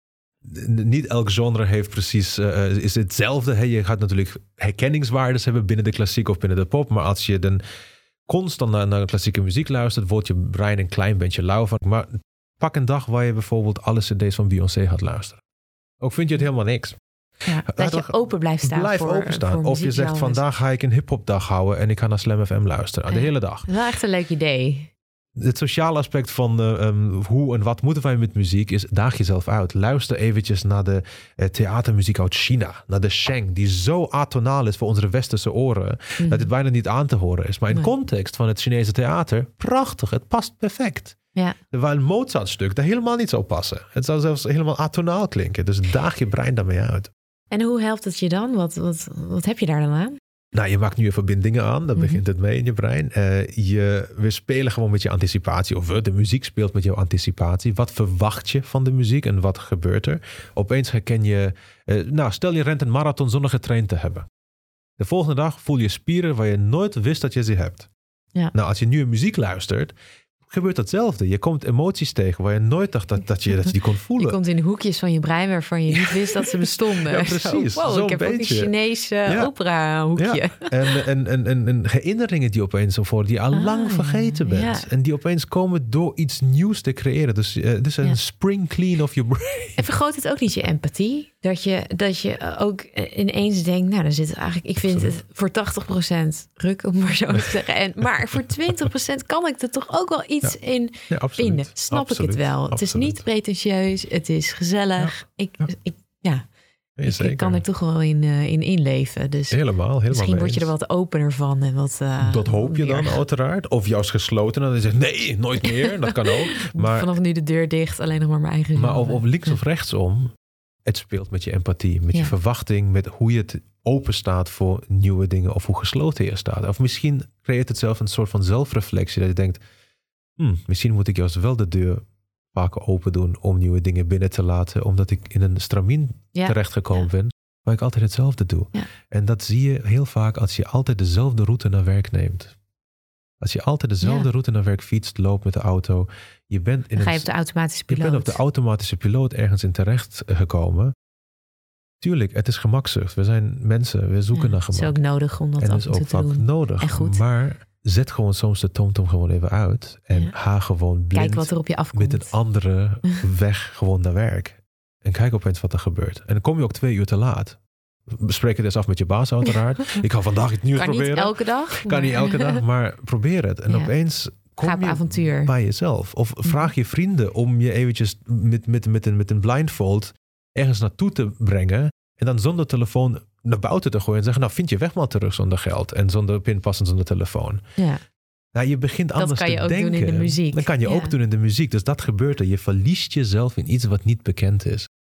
Niet elk genre heeft precies, uh, is hetzelfde. Hey, je gaat natuurlijk herkenningswaardes hebben binnen de klassiek of binnen de pop. Maar als je dan constant naar, naar klassieke muziek luistert, wordt je brein een klein beetje lauw van. Maar pak een dag waar je bijvoorbeeld alle cd's van Beyoncé gaat luisteren. Ook vind je het helemaal niks. Ja, dat je open blijft staan. Blijf voor, openstaan. voor of je zegt, vandaag ga ik een hiphopdag houden en ik ga naar Slam F M luisteren. De ja. hele dag. Dat is wel echt een leuk idee. Het sociale aspect van uh, um, hoe en wat moeten wij met muziek is, daag jezelf uit. Luister eventjes naar de uh, theatermuziek uit China. Naar de Sheng, die zo atonaal is voor onze westerse oren, mm. dat het bijna niet aan te horen is. Maar in nee. context van het Chinese theater, prachtig. Het past perfect. Ja. Terwijl een Mozart-stuk daar helemaal niet zou passen. Het zou zelfs helemaal atonaal klinken. Dus daag je brein daarmee uit. En hoe helpt het je dan? Wat, wat, wat heb je daar dan aan? Nou, je maakt nu verbindingen aan. Daar mm-hmm. begint het mee in je brein. Uh, je, we spelen gewoon met je anticipatie. Of de muziek speelt met jouw anticipatie. Wat verwacht je van de muziek en wat gebeurt er? Opeens herken je... Uh, nou, stel je rent een marathon zonder getraind te hebben. De volgende dag voel je spieren waar je nooit wist dat je ze hebt. Ja. Nou, als je nu muziek luistert, gebeurt hetzelfde. Je komt emoties tegen waar je nooit dacht dat, dat, je, dat je die kon voelen. Je komt in de hoekjes van je brein waarvan je niet wist dat ze bestonden. Ja, precies. Zo, wow, Zo'n ik heb beetje. ook een Chinese ja. opera hoekje. Ja. En, en, en, en, en herinneringen die opeens zo voor die je al ah, lang vergeten bent. Ja. En die opeens komen door iets nieuws te creëren. Dus uh, dit is een ja. spring clean of your brain. En vergroot het ook niet je empathie? Dat je, dat je ook ineens denkt, nou, dan zit het eigenlijk, ik vind Absoluut. het voor tachtig procent ruk, om maar zo te zeggen. En, maar voor twintig procent kan ik er toch ook wel iets ja. in ja, vinden. Snap absoluut. ik het wel. Absoluut. Het is niet pretentieus, het is gezellig. Ja. Ik, ja. Ik, ja. Ik, ik kan er toch wel in, uh, in inleven. Dus helemaal, helemaal misschien word je er wat opener van. En wat, uh, dat hoop je meer. dan uiteraard. Of juist gesloten. En dan zeg je, nee, nooit meer. Dat kan ook. Maar, vanaf nu de deur dicht, alleen nog maar mijn eigen Maar of, of links of rechtsom, het speelt met je empathie, met ja. je verwachting, met hoe je het open staat voor nieuwe dingen of hoe gesloten je staat. Of misschien creëert het zelf een soort van zelfreflectie dat je denkt, hmm, misschien moet ik juist wel de deur vaker open doen om nieuwe dingen binnen te laten, omdat ik in een stramien ja. terechtgekomen ja. ben, waar ik altijd hetzelfde doe. Ja. En dat zie je heel vaak als je altijd dezelfde route naar werk neemt. Als je altijd dezelfde ja. route naar werk fietst, loopt met de auto. Je bent in ga je een, op de automatische piloot. Je bent op de automatische piloot ergens in terecht gekomen. Tuurlijk, het is gemakzucht. We zijn mensen, we zoeken ja, naar gemak. Het is ook nodig om dat en af en toe te doen. En is ook vaak nodig. En goed. Maar zet gewoon soms de tomtom gewoon even uit. En ja. ga gewoon blind kijk wat er op je afkomt. Met een andere weg gewoon naar werk. En kijk opeens wat er gebeurt. En dan kom je ook twee uur te laat. Bespreek het eens af met je baas uiteraard. Ik ga vandaag het nieuws kan proberen. Kan niet elke dag. Kan niet elke dag, maar probeer het. En ja. opeens kom Ga op je avontuur. bij jezelf. Of vraag je vrienden om je eventjes met, met, met, een, met een blindfold ergens naartoe te brengen. En dan zonder telefoon naar buiten te gooien en zeggen, nou vind je weg maar terug zonder geld. En zonder pinpas en zonder telefoon. Ja. Nou, je begint dat anders te denken. Dat kan je ook doen in de muziek. Dat kan je ja. ook doen in de muziek. Dus dat gebeurt er. Je verliest jezelf in iets wat niet bekend is.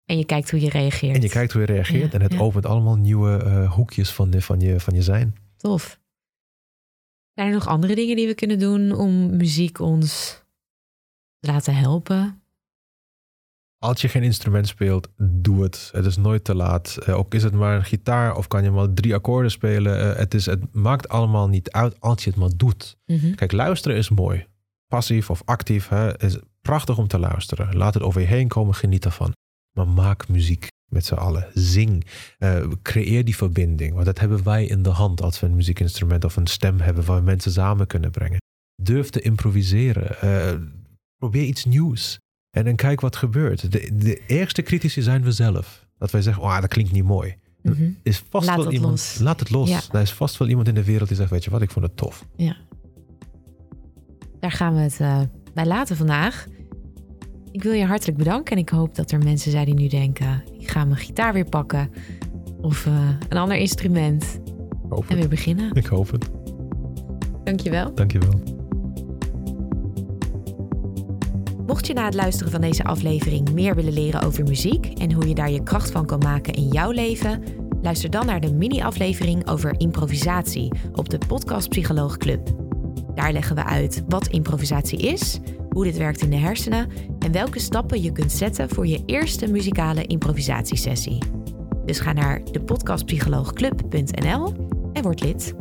En je kijkt hoe je reageert. En je kijkt hoe je reageert. Ja, en het ja. opent allemaal nieuwe uh, hoekjes van, de, van, je, van je zijn. Tof. Zijn er nog andere dingen die we kunnen doen om muziek ons te laten helpen? Als je geen instrument speelt, doe het. Het is nooit te laat. Uh, ook is het maar een gitaar of kan je maar drie akkoorden spelen. Uh, het, is, het maakt allemaal niet uit als je het maar doet. Mm-hmm. Kijk, luisteren is mooi. Passief of actief, hè, is prachtig om te luisteren. Laat het over je heen komen, geniet ervan. Maar maak muziek met z'n allen. Zing. Uh, creëer die verbinding. Want dat hebben wij in de hand als we een muziekinstrument of een stem hebben waar we mensen samen kunnen brengen. Durf te improviseren. Uh, probeer iets nieuws. En dan kijk wat gebeurt. De, de eerste critici zijn we zelf. Dat wij zeggen, oh, dat klinkt niet mooi. Mm-hmm. Is vast laat wel het iemand, los. Laat het los. Ja. Er is vast wel iemand in de wereld die zegt, weet je wat, ik vond het tof. Ja. Daar gaan we het uh, bij laten vandaag. Ik wil je hartelijk bedanken. En ik hoop dat er mensen zijn die nu denken, ik ga mijn gitaar weer pakken. Of uh, een ander instrument. Hoop en het. weer beginnen. Ik hoop het. Dankjewel. Dankjewel. Mocht je na het luisteren van deze aflevering meer willen leren over muziek en hoe je daar je kracht van kan maken in jouw leven, luister dan naar de mini-aflevering over improvisatie op de Podcast Psycholoog Club. Daar leggen we uit wat improvisatie is, hoe dit werkt in de hersenen en welke stappen je kunt zetten voor je eerste muzikale improvisatiesessie. Dus ga naar de podcast psycholoog club punt n l en word lid.